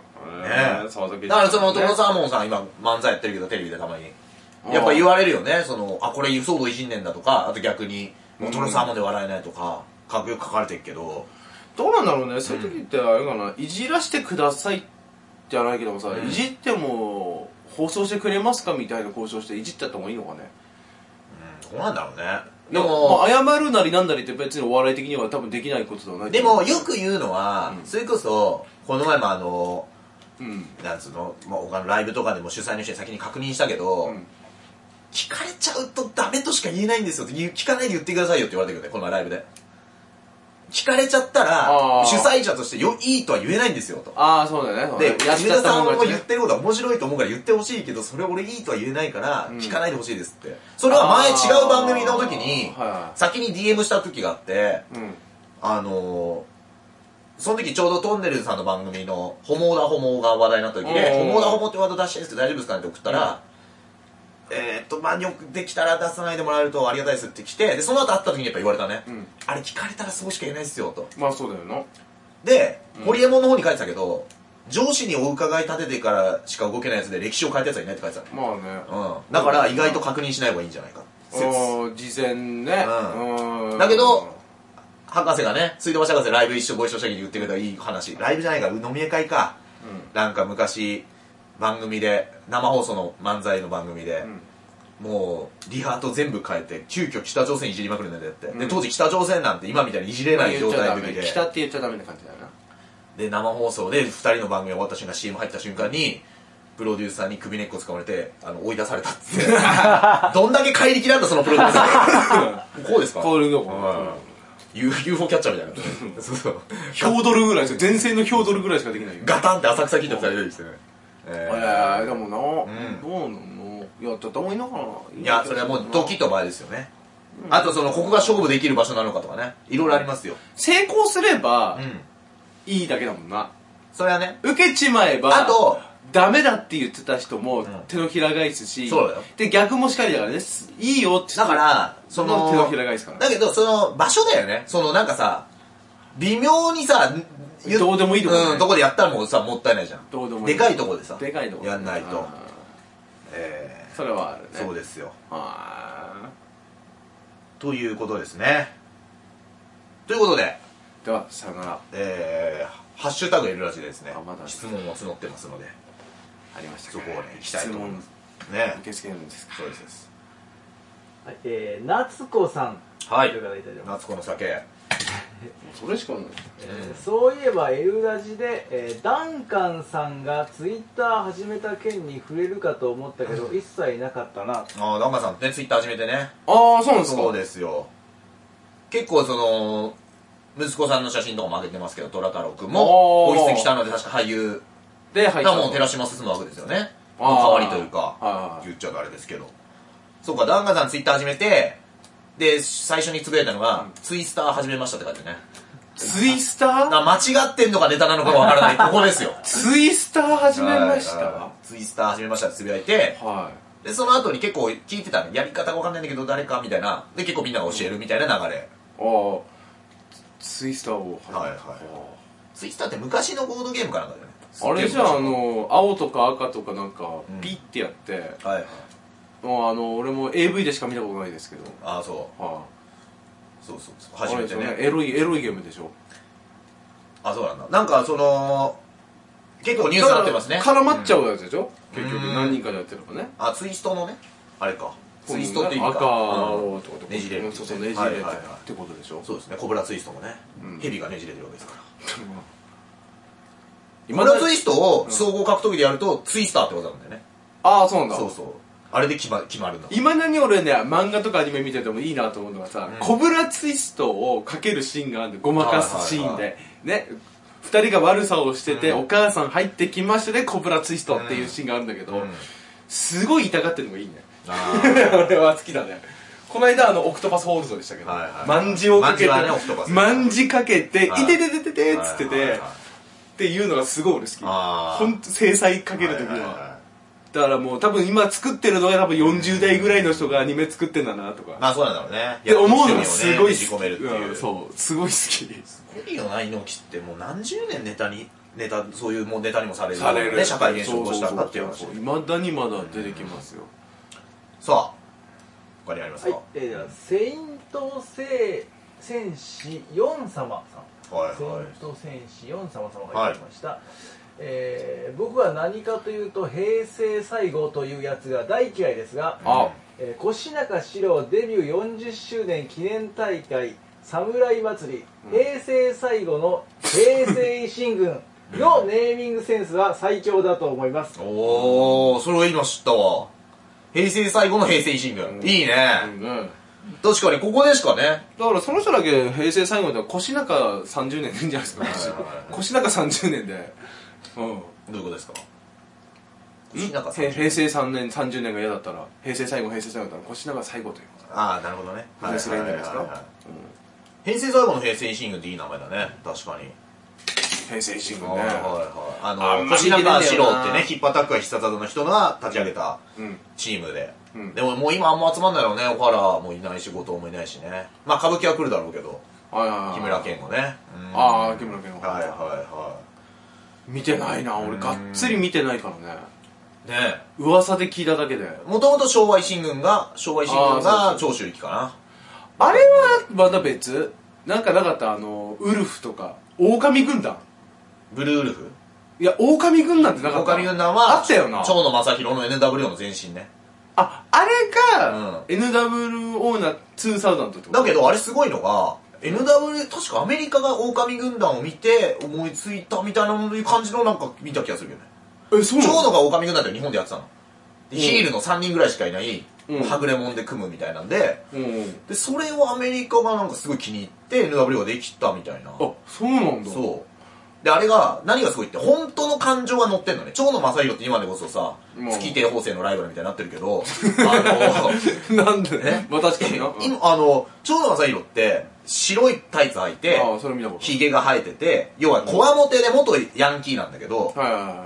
ね沢崎だからそのトロサーモンさん今漫才やってるけどテレビでたまにやっぱ言われるよねそのあこれ輸送度いじんねんだとかあと逆にもうトロサーモンで笑えないとかかっこよく書かれてるけどどうなんだろうねそういう時ってあれかないじらしてくださいじゃないけどもさ、うん、いじっても放送してくれますかみたいな交渉していじっちゃった方がいいのかねうんどうなんだろうねでも、まあ、謝るなりなんなりって別にお笑い的には多分できないことではないでもよく言うのは、うん、それこそこの前もあのうん、 なんつうの、まあ、他のライブとかでも主催の人に先に確認したけど、うん、聞かれちゃうとダメとしか言えないんですよって聞かないで言ってくださいよって言われてるよねこのライブで聞かれちゃったら主催者としてよいいとは言えないんですよとああそうだよねで上田さんも言ってることは面白いと思うから言ってほしいけどそれ俺いいとは言えないから、うん、聞かないでほしいですってそれは前違う番組の時に先に ディーエム した時があって、うん、あのーその時ちょうどトンネルズさんの番組の「ホモだホモ」が話題になった時で「ホモだホモ」ってワード出してるんですけど大丈夫ですかねって送ったら、うん、えーっとまあよくできたら出さないでもらえるとありがたいですって来てでその後会った時にやっぱ言われたね、うん、あれ聞かれたらそうしか言えないですよとまあそうだよなで、うん、ホリエモンの方に書いてたけど上司にお伺い立ててからしか動けないやつで歴史を変えたやつはいないって書いてたまあね、 うん、だから意外と確認しない方がいいんじゃないか説事前ね、 うん、だけど博士がね、水道橋博士ライブ一緒ご一緒した時に言ってくれたいい話。ライブじゃないか、飲み会か。うん、なんか昔、番組で、生放送の漫才の番組で、うん、もう、リハート全部変えて、急遽北朝鮮いじりまくるんだよって。うん、で、当時北朝鮮なんて今みたいにいじれない状態の時で。 北って言っちゃダメな感じだよな。 で、生放送でふたりの番組終わった瞬間、シーエム 入った瞬間に、プロデューサーに首根っこ掴まれて、あの、追い出されたって。どんだけ怪力なんだ、そのプロデューサー。こうですかこういうのか。 ユーフォー キャッチャーみたいな。そうそう。 ヒョードルぐらいですよ。前線のヒョードルぐらいしかできないよ。 ガタンって浅草キッドされるんですよね。 えー、でもな、どうなのやっちゃった方がいいのかな。 いや、それはもうドキッと前ですよね。あとその、ここが勝負できる場所なのかとかね。いろいろありますよ。 成功すれば、いいだけだもんな。 それはね。 受けちまえば、 あと、 ダメだって言ってた人も手のひら返すし、 そうだよ。 で、逆もしかりだからね、いいよってだから、その、 手のひら返すから。 だけど、その、場所だよね。その、なんかさ、微妙にさ、 どうでもいいとこね。 うん、とこでやったらもうさ、もったいないじゃん。 どうでもいい。 でかいとこでさ、 でかいとこやんないと。えー、それはあるね。 そうですよ。 あということですね。ということで。 では、さよなら。 えー、ハッシュタグエルラジでですね、 ま、 質問を募ってますので。 ありました、 そこをね、行きたいと思います。 ね。受け付けるんですか。 そうです。 はい、えー、夏子さん。 はい。夏子の酒。 それしかない。 えー、そういえば、エルラジで、えー、ダンカンさんがツイッター始めた件に触れるかと思ったけど、一切なかったな。ああ、ダンカンさんね、ツイッター始めてね。 ああ、そうなんですか。 そうですよ。結構その、息子さんの写真とかも上げてますけど、虎太郎くんも、ご出席したので、確か俳優。で入ったもう寺島進むわけですよねの代わりというか言っちゃうとあれですけどそうかダンガさんツイッター始めてで最初につぶやいたのが、うん、ツイスター始めましたって感じねツイスター間違ってんのかネタなのかわからないここですよツイスター始めました、はいはい、 ツイスター始めましたってつぶやいて、はい、でその後に結構聞いてたねやり方がわかんないんだけど誰かみたいなで結構みんなが教えるみたいな流れ、 うん、ああツイスターをはいはいツイスターって昔のボードゲームかなんかだよねあれじゃあ、あの、青とか赤とかなんか、ピッてやって、うん、はい。もうあの、俺も エーブイ でしか見たことないですけど。 ああ、そう。はあ、そうそうそう。初めてね。 エロい、エロいゲームでしょ。 あ、そうなんだ。なんか、その、結構ニュースになってますね。 絡まっちゃうやつでしょ、うん、結局何人かでやってるのね。 あ、ツイストのね。あれか。ツイストっていうか。 赤とかねじれる。 そうそう、ねじれるってことでしょ。 そうですね。コブラツイストもね。ヘビがねじれてるわけですから。 コブラツイストを総合格闘技でやるとツイスターってことなんだよね。 ああ、そうなんだ。 そうそう。あれで決ま決まるんだ。 今何俺ね、漫画とかアニメ見ててもいいなと思うのがさ、うん、コブラツイストをかけるシーンがあるんで、ごまかすシーンで。ね。二人が悪さをしてて、うん、お母さん入ってきましてで、コブラツイストっていうシーンがあるんだけど、うん、すごい痛がってるのがいいね。俺は好きだね。この間あのオクトパスホールドでしたけど、万字をかけて、万字かけて、いてててててっつってて、っていうのがすごい俺好き。ほんと制裁かけるときは。だからもう多分今作ってるのが多分よんじゅう代ぐらいの人がアニメ作ってんだなとか。 まあそうなんだろうね。 で思うのがすごい好き。 そう、すごい好き。 すごいよな、猪木ってもう何十年ネタにネタ、そういうもうネタにもされるされるね、社会現象を起こしたんだっていう話。 いまだにまだ出てきますよ。 さあ他にありますか？ はい、えー、ではセイントセイ戦士ヨン様さん、 はいはい、 セイント戦士ヨン様様がいただきました、はい、えー、僕は何かというと平成最後というやつが大嫌いですが、 あ、 えー、越中史郎デビューよんじゅっしゅうねん記念大会侍祭り、うん、平成最後の平成維新軍のネーミングセンスは最強だと思います。 おお、それを今知ったわ。平成最後の平成維新軍、うん、いいね、うん、確かにここでしかね。 だからその人だけ平成最後で越中さんじゅうねんでいいんじゃないですか。越中さんじゅうねんで、うん、 どういうことですか？ 平成さんねんさんじゅうねんが嫌だったら平成最後平成最後だったら越中最後ということ。 ああ、なるほどね。 はい、それいいんじゃないですか。 平成最後の平成維新軍っていい名前だね。確かに平成維新軍ね。 はいはいはい。あの越中史郎ってね、ヒップアタックは必殺技の人が立ち上げたチームで、うん、でももう今あんま集まんないのね。小原もいないし後藤もいないしね。まあ歌舞伎は来るだろうけど、はいはいはい、木村健吾ね、 うん、ああ木村健吾、 はいはいはい。 見てないな俺、がっつり見てないからね。 ね、 噂で聞いただけで。 もともと昭和維新軍が昭和維新軍が長州力かな。 あれはまた別なんかなかった？あのウルフとか狼軍団、 ブルーウルフ、 いや狼軍団ってなかった？ 狼軍団はあったよな。 蝶野正宏の エヌダブリオー の前身ね。 あ、あれが、うん、エヌダブリオー なにせんってことだけどあれすごいのが エヌダブリュー 確かアメリカが狼軍団を見て思いついたみたいな感じのなんか見た気がするよね。 え、そうなの？ 蝶野が狼軍団って日本でやってたので、うん、ヒールのさんにんぐらいしかいない、うん、はぐれもんで組むみたいなんで、うん、でそれをアメリカがなんかすごい気に入って エヌダブリュー ができたみたいな。 あ、そうなんだ。 そうで、あれが何がすごいって本当の感情が乗ってんのね。蝶野正宏って今でこそさ、月亭方正のライバルみたいになってるけど、あのなんでね、まあ確かにな。 今あの蝶野正宏って白いタイツ履いて、ひげが生えてて、要はこわもてで元ヤンキーなんだけど、はいはいはい、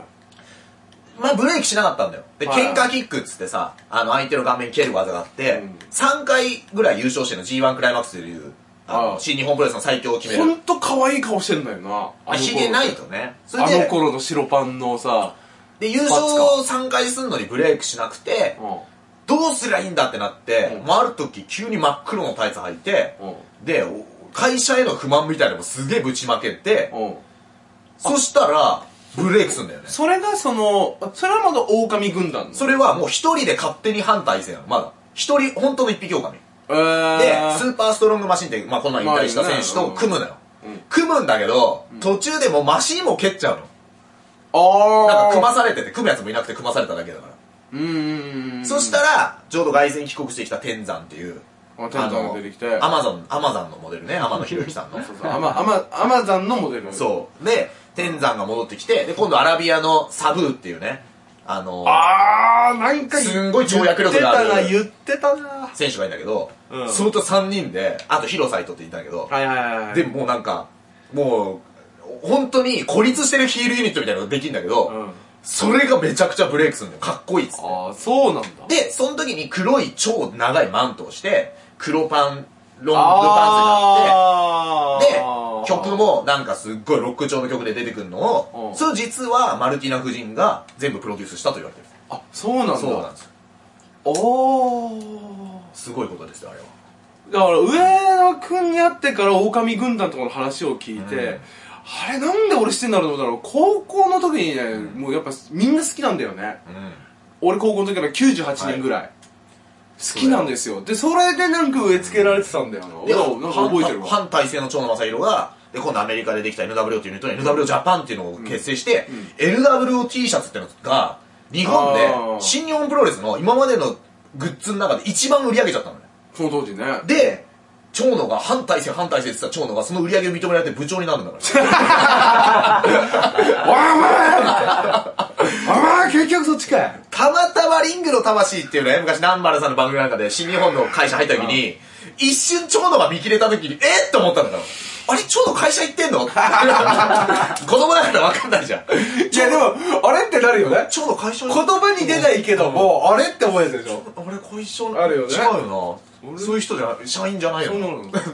まあブレーキしなかったんだよ。で、喧嘩キックっつってさ、あの相手の顔面蹴る技があって、うん、さんかいぐらい優勝してるの ジーワン クライマックスでいう。あの新日本プロレスの最強を決める。 ほんと可愛い顔してんだよな。 あ、ひげないとね。 それであの頃の白パンのさ、 で優勝さんかいすんのにブレークしなくて、うん、どうすりゃいいんだってなって、うん、まあ、ある時急に真っ黒のタイツ履いて、うん、で会社への不満みたいなのもすげえぶちまけて、うん、そしたらブレークするんだよね。 それがそのそれはまだ狼軍団。 それはもう一人で勝手に反体制なの。まだ一人本当の一匹狼。で、スーパーストロングマシンって、まあ、この前引退した選手と組むのよ。うん、組むんだけど、うん、途中でもうマシンも蹴っちゃうの。あなんか組まされてて、組むやつもいなくて組まされただけだから。うーん。そしたら、ちょうど凱旋帰国してきた天山っていう、 あ、天山が出てきて。 アマゾン、アマゾンのモデルね、天野博之さんの。 そうそう、アマ、アマ、アマゾンのモデル。 そう。で、天山が戻ってきて、で、今度アラビアのサブーっていうね、あのー、 あー、なんかすんごい跳躍力がある言ってたな選手がいるんだけど、うん、それとさんにんで、あとヒロサイトって言ったんだけど、はいはいはいはい、でもうなんかもう本当に孤立してるヒールユニットみたいなのができるんだけど、うん、それがめちゃくちゃブレイクするんだよ。かっこいいっつって。 ああ、そうなんだ。 でその時に黒い超長いマントをして黒パンロングパンツになって、で曲もなんかすっごいロック調の曲で出てくるのを、うん、それ実はマルティナ夫人が全部プロデュースしたと言われてる。 あ、そうなんだ。 そうなんですよ。 おー、 すごいことですよあれは。 だから上野くんに会ってから狼軍団とかの話を聞いて、うん、あれなんで俺してんだろうと思ったら高校の時にね、うん、もうやっぱみんな好きなんだよね、うん、俺高校の時からきゅうじゅうはちねんぐらい、はい、好きなんですよ。でそれでなんか植え付けられてたんだよな。 でもなんか覚えてるわ。反体制の蝶野正宏がで今度アメリカでできた エヌダブリオー っていうユニットで エヌダブリオー ジャパンっていうのを結成して、うんうん、エルダブリオー T シャツっていうのが日本で新日本プロレスの今までのグッズの中で一番売り上げちゃったのね、 その当時ね。 で蝶野が反体制反体制って言ってた蝶野がその売り上げを認められて部長になるんだからおいお前お前結局そっちかい。たまたまリングの魂っていうね、昔南原さんの番組なんかで新日本の会社入った時に一瞬蝶野が見切れた時にえっと思ったんだよ。あれ蝶野会社行ってんの子供だから分かんないじゃん。 いやでもあれってなるよね。 蝶野会社言葉に出ないけどもあれって思えるでしょ。 あれ会社あるよね。 違うよな。そういう人じゃない、社員じゃないよな。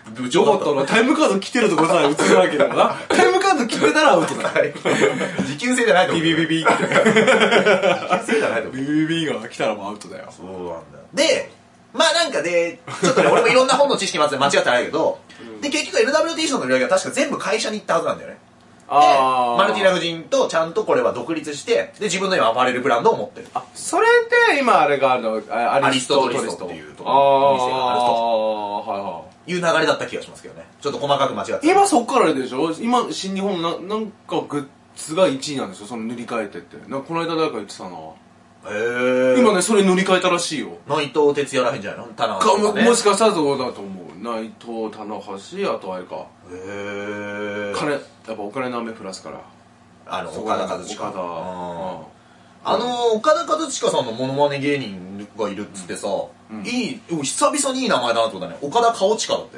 部長だったロボットのタイムカード来てるとこさえ映るわけだよな。タイムカード来てたらアウトだ。 持久性じゃないと思う。 ビビビビ。持久性じゃないと思う。 ビビビビが来たらもうアウトだよ。 そうなんだよ。で、まあなんかで、ちょっとね、俺もいろんな本の知識もあって間違ってないけど、で、結局 エルダブリューティー 賞の売り上げは確か全部会社に行ったはずなんだよね。で、マルティーナ夫人とちゃんとこれは独立して、で、自分の今アパレルブランドを持ってる。 あ、それで今あれがあるの、 アリストトリストっていうところの店があると。はいはい。いう流れだった気がしますけどね。ちょっと細かく間違って。 今そっからあれでしょ今、新日本な、なんかグッズがいちいなんですよ、その塗り替えてって。なんかこの間誰か言ってたな。 へー。 今ね、それ塗り替えたらしいよ。 内藤哲也らへんじゃないの棚橋、ね、も, もしかしたらそうだと思う。内藤、棚橋、あとあれか。 へー。 金、やっぱお金の雨降らすから。 あの、岡田和親。 岡田。 あの、岡田和親さんのモノマネ芸人がいるっつってさ、うん、いい、久々にいい名前だなってことだね。岡田顔近だって。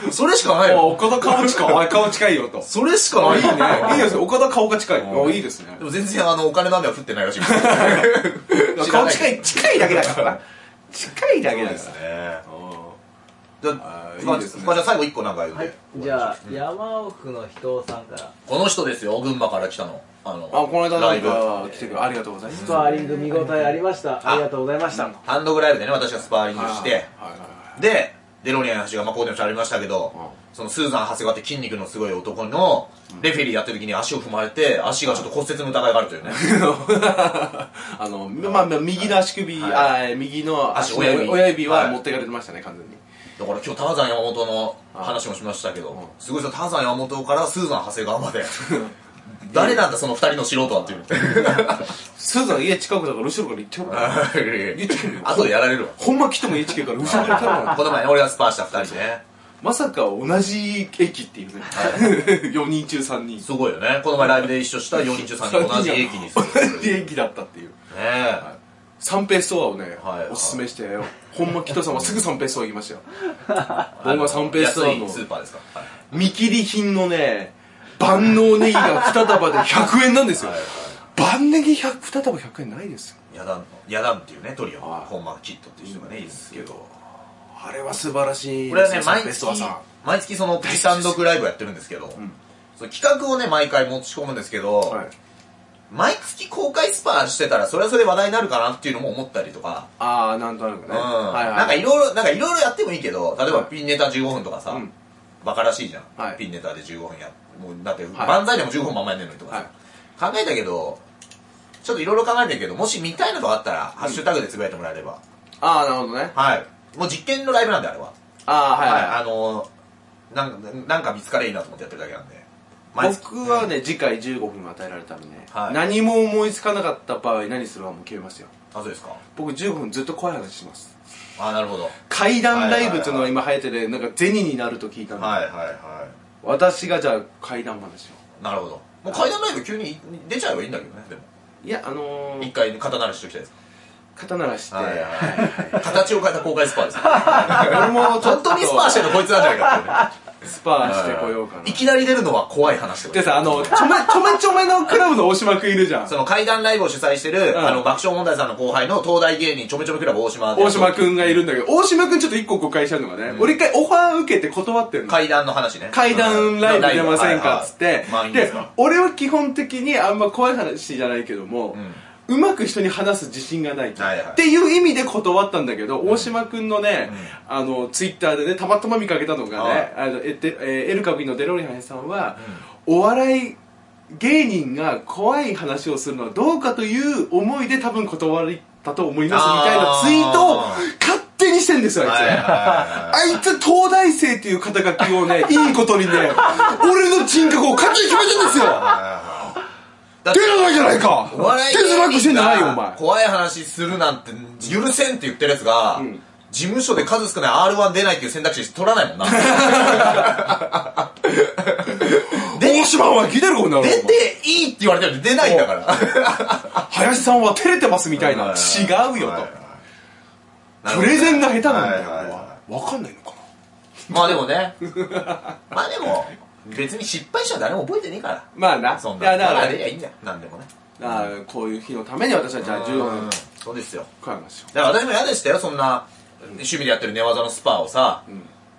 それしかないよ。 岡田顔近。あ、顔近いよと。 それしかない。 いいね。いいですよ。岡田顔が近い。あ、いいですね。 でも全然あの、お金の雨は降ってないらしいです。 顔近い、近いだけだからな。近いだけだから。 ですね。 じゃあ、いいですね。 まあ、じゃあ最後一個なんか言うて。 じゃあ、山奥の人さんから。 この人ですよ、群馬から来たの。 あの、あ、この間なんか来てくれ、ありがとうございます。 スパーリング見応えありました。ありがとうございました。 ハンドグライブでね、私がスパーリングして、で、デロリアンの話が、まあ、ここでもありましたけど、そのスーザン長谷川って筋肉のすごい男の、レフェリーやってる時に足を踏まれて、足がちょっと骨折の疑いがあるというね。 あの、まあ、右の足首、あ、右の足、親指親指は持ってかれてましたね、完全に。 だから今日ターザン山本の話もしましたけど、すごいですよ、ターザン山本からスーザン長谷川まで。誰なんだその二人の素人はっていう。 スーザン家近くだから後ろから行ってよ。 言ってるよ。後でやられるわ。 ほんま来ても家近いから後ろから行ってよ。 この前ね、俺がスパーした二人でね。 まさか同じ駅っていうね。よにん中さんにん。 すごいよね。この前ライブで一緒したよにん中さんにん同じ駅にする。同じ駅だったっていう。ねえ。 三平ストアをね、おすすめしてよ。ほんま北さんはすぐ三平ストア行きましたよ。僕は三平ストアのスーパーですか。 見切り品のね、万能ネギがに束でひゃくえんなんですよ。万ネギに束ひゃくえんないですよ。 ヤダン、ヤダンっていうね、トリオ、本間キットっていう人がね、いいですけど。 あれは素晴らしい。 これはね、毎月、毎月そのプリ単独ライブやってるんですけど、その企画をね、毎回持ち込むんですけど、毎月公開スパーしてたら、それはそれ話題になるかなっていうのも思ったりとか。 ああ、なんとなくね。 なんかいろいろ、なんかいろいろやってもいいけど、例えばピンネタじゅうごふんとかさ、バカらしいじゃん。ピンネタでじゅうごふんやって。もうだって万歳でもじゅうごふんまんまやんねんのにとかさ、考えたけどちょっといろいろ考えてるけど、もし見たいのがあったらハッシュタグでつぶやいてもらえれば。 ああ、なるほどね。 はい、もう実験のライブなんで、あれは。 ああ、はいはい、 あのなんなんか見つかれいいなと思ってやってるだけなんで。 僕はね、次回じゅうごふん与えられたらね、何も思いつかなかった場合何するかもう決めますよ。 あ、そうですか。 僕じゅうごふんずっと怖い話します。 あ、なるほど。 怪談ライブっていうのが今流行ってて、なんか銭になると聞いたんで、 はいはいはい、 私がじゃあ怪談話を。 なるほど。もう怪談ライブ急に出ちゃえばいいんだけどね。でもいや、あのー、 一回肩慣らしときたいです。 肩慣らして、 形を変えた公開スパーです。俺も本当にスパーしてるのこいつなんじゃないかってね。 スパーしてこようかな。 いきなり出るのは怖い話でさ、あの、ちょめちょめちょめのクラブの大島くんいるじゃん。 その怪談ライブを主催してる、あの、爆笑問題さんの後輩の東大芸人ちょめちょめクラブ大島で。 大島くんがいるんだけど、大島くんちょっと一個誤解したのがね、俺一回オファー受けて断ってんの。 怪談の話ね。 怪談ライブ出ませんかっつって。で、俺は基本的にあんま怖い話じゃないけども、うまく人に話す自信がないっていう意味で断ったんだけど、大島くんのね、あのツイッターでねたまたま見かけたのがね、あのええエルカビのデロリアンさんは、お笑い芸人が怖い話をするのはどうかという思いで多分断ったと思いますみたいなツイートを勝手にしてんですよ、あいつ。あいつ東大生っていう肩書きをね、いいことにね、俺の人格を勝手に決めてんですよ。出らないじゃないか。 お笑い手づらくしてんじゃないよお前。 怖い話するなんて許せんって言ってるやつが、うん、事務所で数少ない アールワン 出ないっていう選択肢取らないもんな。 大島は聞いてるこんなの。 出ていいって言われてるのに出ないんだから。 林さんは照れてますみたいな。違うよと。プレゼンが下手なんだよ。わかんないのかな。まあでもね。まあでも。別に失敗したら誰も覚えてねえから。 まあな。 そんな。いやだからいいんだよ。なんでもね。 ああ、こういう日のために私はじゃあじゅうよん。 そうですよ。 買いますよ。 だから私も嫌でしたよ、そんな趣味でやってる寝技のスパをさ、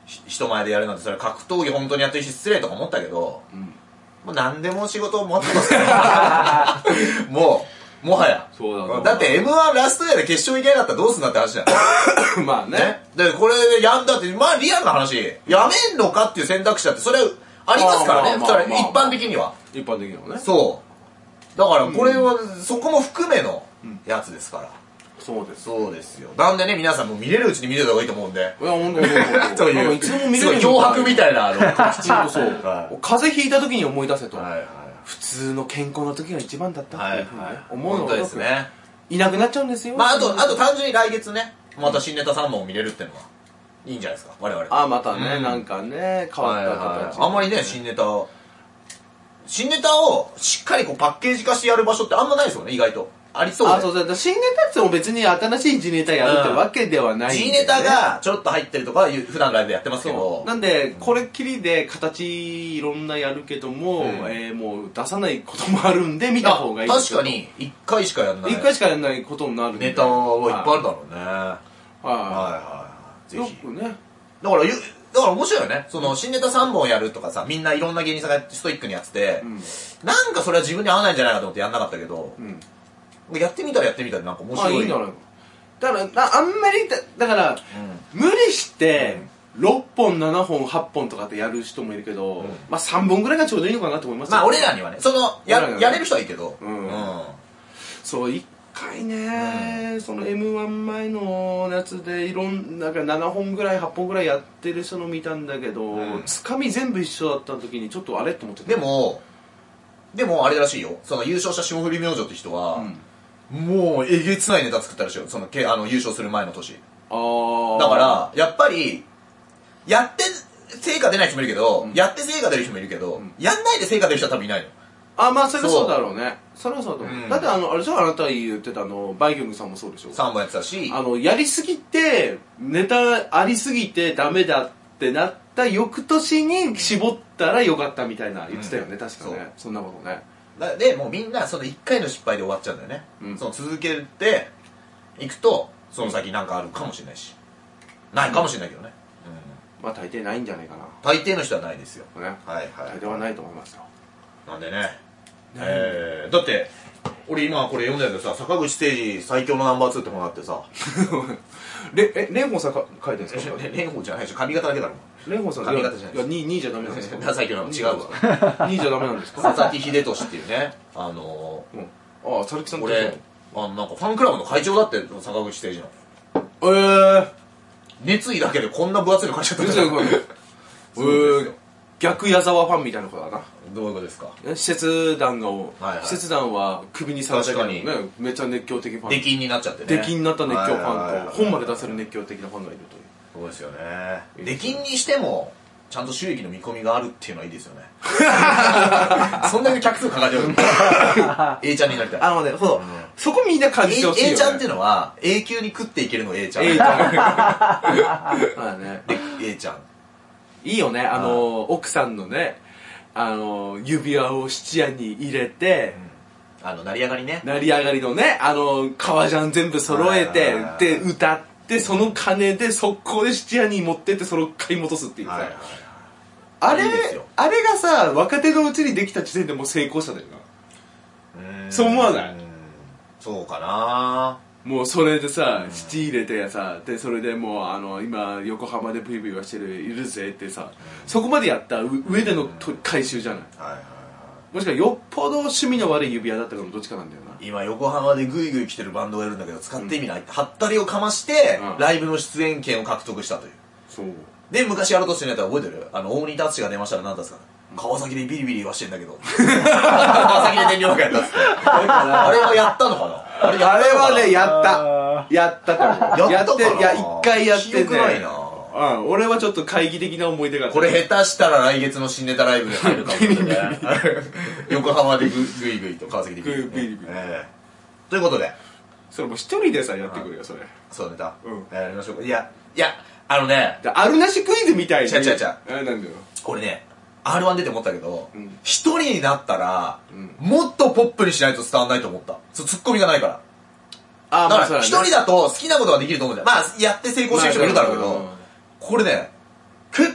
人前でやるなんて、それ格闘技本当にやってるし失礼とか思ったけど、うん、もう何でも仕事を持ってますからもうもはやそうだだって エムワン ラストイヤーで決勝行けなかったらどうすんだって話だよまあねねでこれでやんだってまあリアルな話やめんのかっていう選択肢だってそれありますからね、まあまあまあ、一般的には一般的にはねそうだからこれは、うん、そこも含めのやつですから、うんそうですそうですよなんでね皆さんも見れるうちに見れた方がいいと思うんでいやほんとほんとそういういつも見れる脅迫みたいなあのそう、はい、風邪ひいた時に思い出せと、はいはい、普通の健康な時が一番だったっていうふうに、ねはいはい、思うのがですねいなくなっちゃうんですよまああとあと単純に来月ねまた新ネタさんぼん見れるっていうのはいいんじゃないですか我々 あまたね、うん、なんかね変わった形、はいはい、 あんまりね新ネタ新ネタをしっかりこうパッケージ化してやる場所ってあんまないですよね意外とありそうで。 あ、そうだ。新ネタっても別に新しいGネタやるってわけではないんで、 ね。Gネタがちょっと入ってるとかは普段ライブでやってますけど。 なんで、これっきりで形いろんなやるけども、うん、えー、もう出さないこともあるんで見た方がいい。 確かに、一回しかやんない。 一回しかやんないことになるんで。 ネタはいっぱいあるだろうね。はいはいはい。ぜひ。よくね。 だから、だから面白いよね。その、新ネタさんぼんやるとかさ、みんないろんな芸人さんがストイックにやってて、うん、なんかそれは自分に合わないんじゃないかと思ってやんなかったけど、うんやってみたらやってみたらなんか面白い。 あ、いいんじゃないのだからあんまりだ、だから、うん、無理して、ろっぽん、ななほん、はっぽんとかってやる人もいるけど、うん、まあさんぼんぐらいがちょうどいいのかなと思いますよ。 まあ俺らにはね、その、や、やれる人はいいけど。うんうん、そう、一回ね、うん、その エムワン 前のやつで、いろんな、なんかななほんぐらい、はっぽんぐらいやってる人の見たんだけど、うん、つかみ全部一緒だった時にちょっとあれと思ってた。 でも、でもあれらしいよ。その優勝した霜降り明星って人は、うんもうえげつないネタ作ったらしいよそのけあの優勝する前の年あだからやっぱりやって成果出ない人もいるけど、うん、やって成果出る人もいるけど、うん、やんないで成果出る人は多分いないのあまあそれはそうだろうねそれはそうだと思う、うん、だってあのあれでしょあなた言ってたあのバイキングさんもそうでしょさんぼんやってたしあのやりすぎてネタありすぎてダメだってなった翌年に絞ったらよかったみたいな言ってたよね、うん、確かね そ, そんなことねでもうみんなそのいっかいの失敗で終わっちゃうんだよね、うん、その続けていくとその先なんかあるかもしれないしないかもしれないけどね、 うん、まあ大抵ないんじゃないかな大抵の人はないですよ、 ね、はいはい大抵はないと思いますよなんでね、ねえー、だって俺今これ読んだけどさ坂口誠二最強のナンバーツーって本があってされえ蓮舫さんか書いてるんですか蓮舫じゃないでしょ髪型だけだろ蓮舫さん髪型じゃないいやにじゃダメなんですか最強なの違うわにじゃダメなんですか佐々木秀俊っていうねあのーうん、ああ佐々木さんって俺あなんかファンクラブの会長だって坂口誠二のええー、 熱意だけでこんな分厚いの書いちゃったんだよそうですよ逆矢沢ファンみたいなことだなどういうことですか施設団が、はいはい、施設団はクビにされたけどねめっちゃ熱狂的ファン出禁になっちゃってね出禁になった熱狂ファンと本まで出せる熱狂的なファンがいるというそうですよね出禁にしてもちゃんと収益の見込みがあるっていうのはいいですよねそんなに客数かかっちゃうA ちゃんになりたいあのねそう、うん、そこみんな感じてほしいよ、ね、 A ちゃんっていうのは永久に食っていけるの A ちゃん A ちゃんまあね A ちゃんいいよねあの奥さんのねあの指輪を質屋に入れて、 うん、あの成り上がりね成り上がりのねあの革ジャン全部揃えてで歌ってその金で速攻で質屋に持ってってそれを買い戻すっていうさ、はいはいはい、あれあれがさ若手のうちにできた時点でもう成功者だよなそう思わない？ そうかなもうそれでさ質入れてさでそれでもうあの今横浜でブイブイはしてるいるぜってさそこまでやった上での回収じゃない、はいはいはい、もしくはよっぽど趣味の悪い指輪だったかのどっちかなんだよな今横浜でグイグイ来てるバンドがいるんだけど使ってみないって、うん、はったりをかまして、うん、ライブの出演権を獲得したというそうで昔やろうとしてるやつは覚えてるあの大仁田敦が出ましたら何だったんですか川崎でビリビリ言わしてんだけど川崎で電力やったっつってあれはやったのかなあれあれはねやったやったかもやったかなやっていや一回やってて記憶ないなうん、俺はちょっと懐疑的な思い出があった。 これ下手したら来月の新ネタライブで入るかもしれない。横浜でググイグイと川崎でグイグイ、ね。グイグイえー、ということで。 それもう一人でさ、やってくるよ、それ。 そうネタ。うん。やりましょうか。いや、いや、あのね。 あるなしクイズみたいに。 ちゃちゃちゃ。 あ、なんだよ。 これね、アールワン 出て思ったけど、一、うん、人になったら、うん、もっとポップにしないと伝わんないと思った。ツッコミがないから。あ、だから、一、まあね、人だと好きなことができると思うんだよ。まあ、やって成功してる人もいるだろうけど、これね、結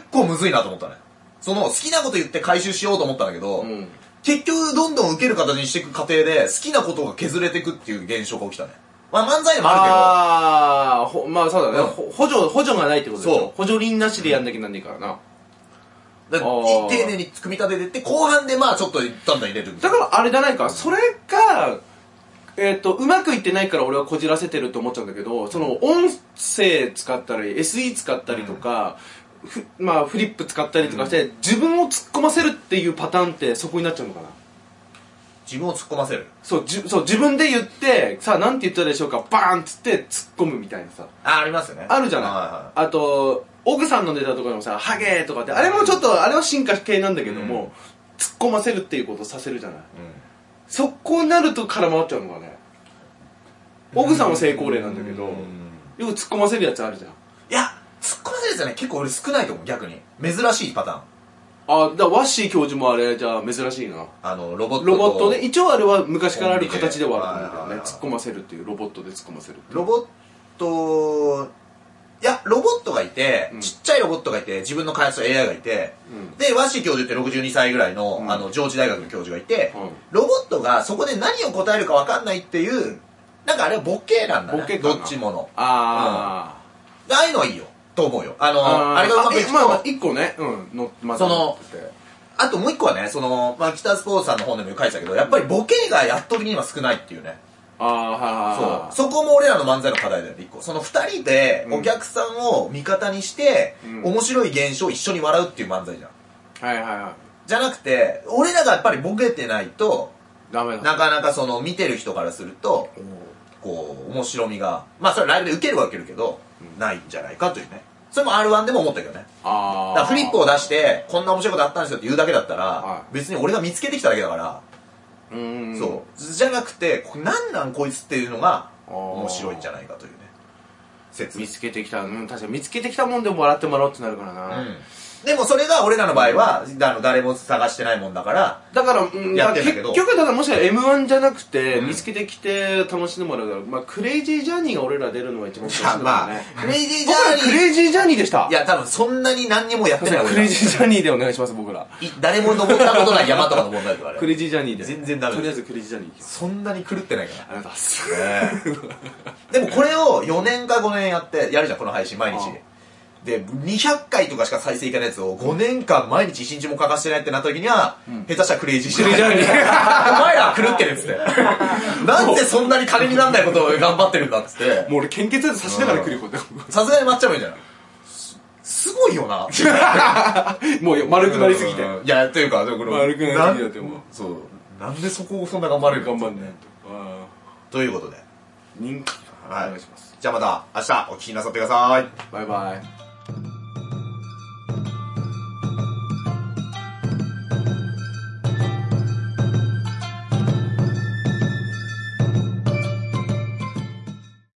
構むずいなと思ったね。その好きなこと言って回収しようと思ったんだけど、うん、結局どんどん受ける形にしていく過程で好きなことが削れていくっていう現象が起きたね。まあ漫才でもあるけど。 ああ、ほまあそうだね、うん、補助、補助がないってことでしょ。補助輪なしでやんなきゃなんねえからな。 だから丁寧に組み立ててって、後半でまあちょっとだんだん入れる。 だからあれじゃないか、それが、えっと、うまくいってないから俺はこじらせてると思っちゃうんだけど、その音声使ったり、エスイー 使ったりとか、うん、まあフリップ使ったりとかして、うん、自分を突っ込ませるっていうパターンってそこになっちゃうのかな。 自分を突っ込ませる。 そう、じそう自分で言って、さあなんて言ったでしょうか、バーンっつって突っ込むみたいなさ。 あ、ありますよね。 あるじゃない。はいはい、あと、オグさんのネタとかでもさ、ハゲーとかって、あれもちょっと、あれは進化系なんだけども、うん、突っ込ませるっていうことをさせるじゃない。うん、そこになると絡まっちゃうのがね。オグさんは成功例なんだけど、よく突っ込ませるやつあるじゃん。 いや、突っ込ませるやつはね、結構俺少ないと思う、逆に。珍しいパターン。 あ、だからワッシー教授もあれじゃあ珍しいな。 あの、ロボットロボットで、一応あれは昔からある形ではあるんだよね。突っ込ませるっていう、ロボットで突っ込ませるっていう。 ロボット、いや、ロボットがいて、うん、ちっちゃいロボットがいて、自分の開発した エーアイ がいて、うん、で、ワッシー教授ってろくじゅうにさいぐらいの、うん、あの、上智大学の教授がいて、うん、ロボットがそこで何を答えるか分かんないっていう、なんかあれはボケなんだね。ボケかな。どっちもの。 ああ。うん、ああいうのはいいよ。と思うよ。あの、あ, あれがうまくいくと。 まあまあ、一個ね。うん。のま、 その、あともう一個はね、その、まあ、北スポーツさんの本でも書いてたけど、やっぱりボケがやっとりには少ないっていうね。 ああ、はいはいはい。 そう。そこも俺らの漫才の課題だよね、一個。その二人でお客さんを味方にして、うん、面白い現象を一緒に笑うっていう漫才じゃん。 はいはいはい。 じゃなくて、俺らがやっぱりボケてないと、 ダメだ。 なかなかその、見てる人からすると、こう、面白みが、まあそれライブで受けるは受けるけど、うん、ないんじゃないかというね。それも アールワン でも思ったけどね。ああ。だからフリップを出して、こんな面白いことあったんですよって言うだけだったら、はい、別に俺が見つけてきただけだから、うーんそう。じゃなくて、なんなんこいつっていうのが面白いんじゃないかというね。 説。見つけてきた、うん、確かに見つけてきたもんでも笑ってもらおうってなるからな。うん。 でもそれが俺らの場合は、うん、あの誰も探してないもんだから、 だから、うん、やってんだけど。結局だからもしかしたら エムワン じゃなくて、うん、見つけてきて楽しんでもらうから、まあクレイジージャーニーが俺ら出るのが一番楽しいんだよね。まあ、 クレイジージャーニー。 クレイジージャーニーでした。 いや、多分そんなに何にもやってない。 クレイジージャーニーでお願いします、僕ら。 誰も登ったことない山とかの問題とかあれ。 クレイジージャーニーで。 全然ダメ。 とりあえずクレイジージャーニー。 そんなに狂ってないから。 ありがとうございます。 でもこれをよねんかごねんやって、やるじゃん、この配信、毎日。で、にひゃっかいとかしか再生いかないやつをごねんかん毎日いちにちも欠かしてないってなった時には、うん、下手したらクレイジーしてる。お前ら狂ってるっつって。なんでそんなに金になんないことを頑張ってるんだっつって。 もう俺献血で刺しながら来ること。 さすがに待っちゃうもんじゃない。すごいよな。 もう丸くなりすぎて。 いや、というか、でもこれ丸くなりすぎてだってもう。 そう。なんでそこをそんな頑張れる頑張んねと。ということで。 人気。 はい。お願いします。じゃあまた明日お聞きなさってください。 バイバイ。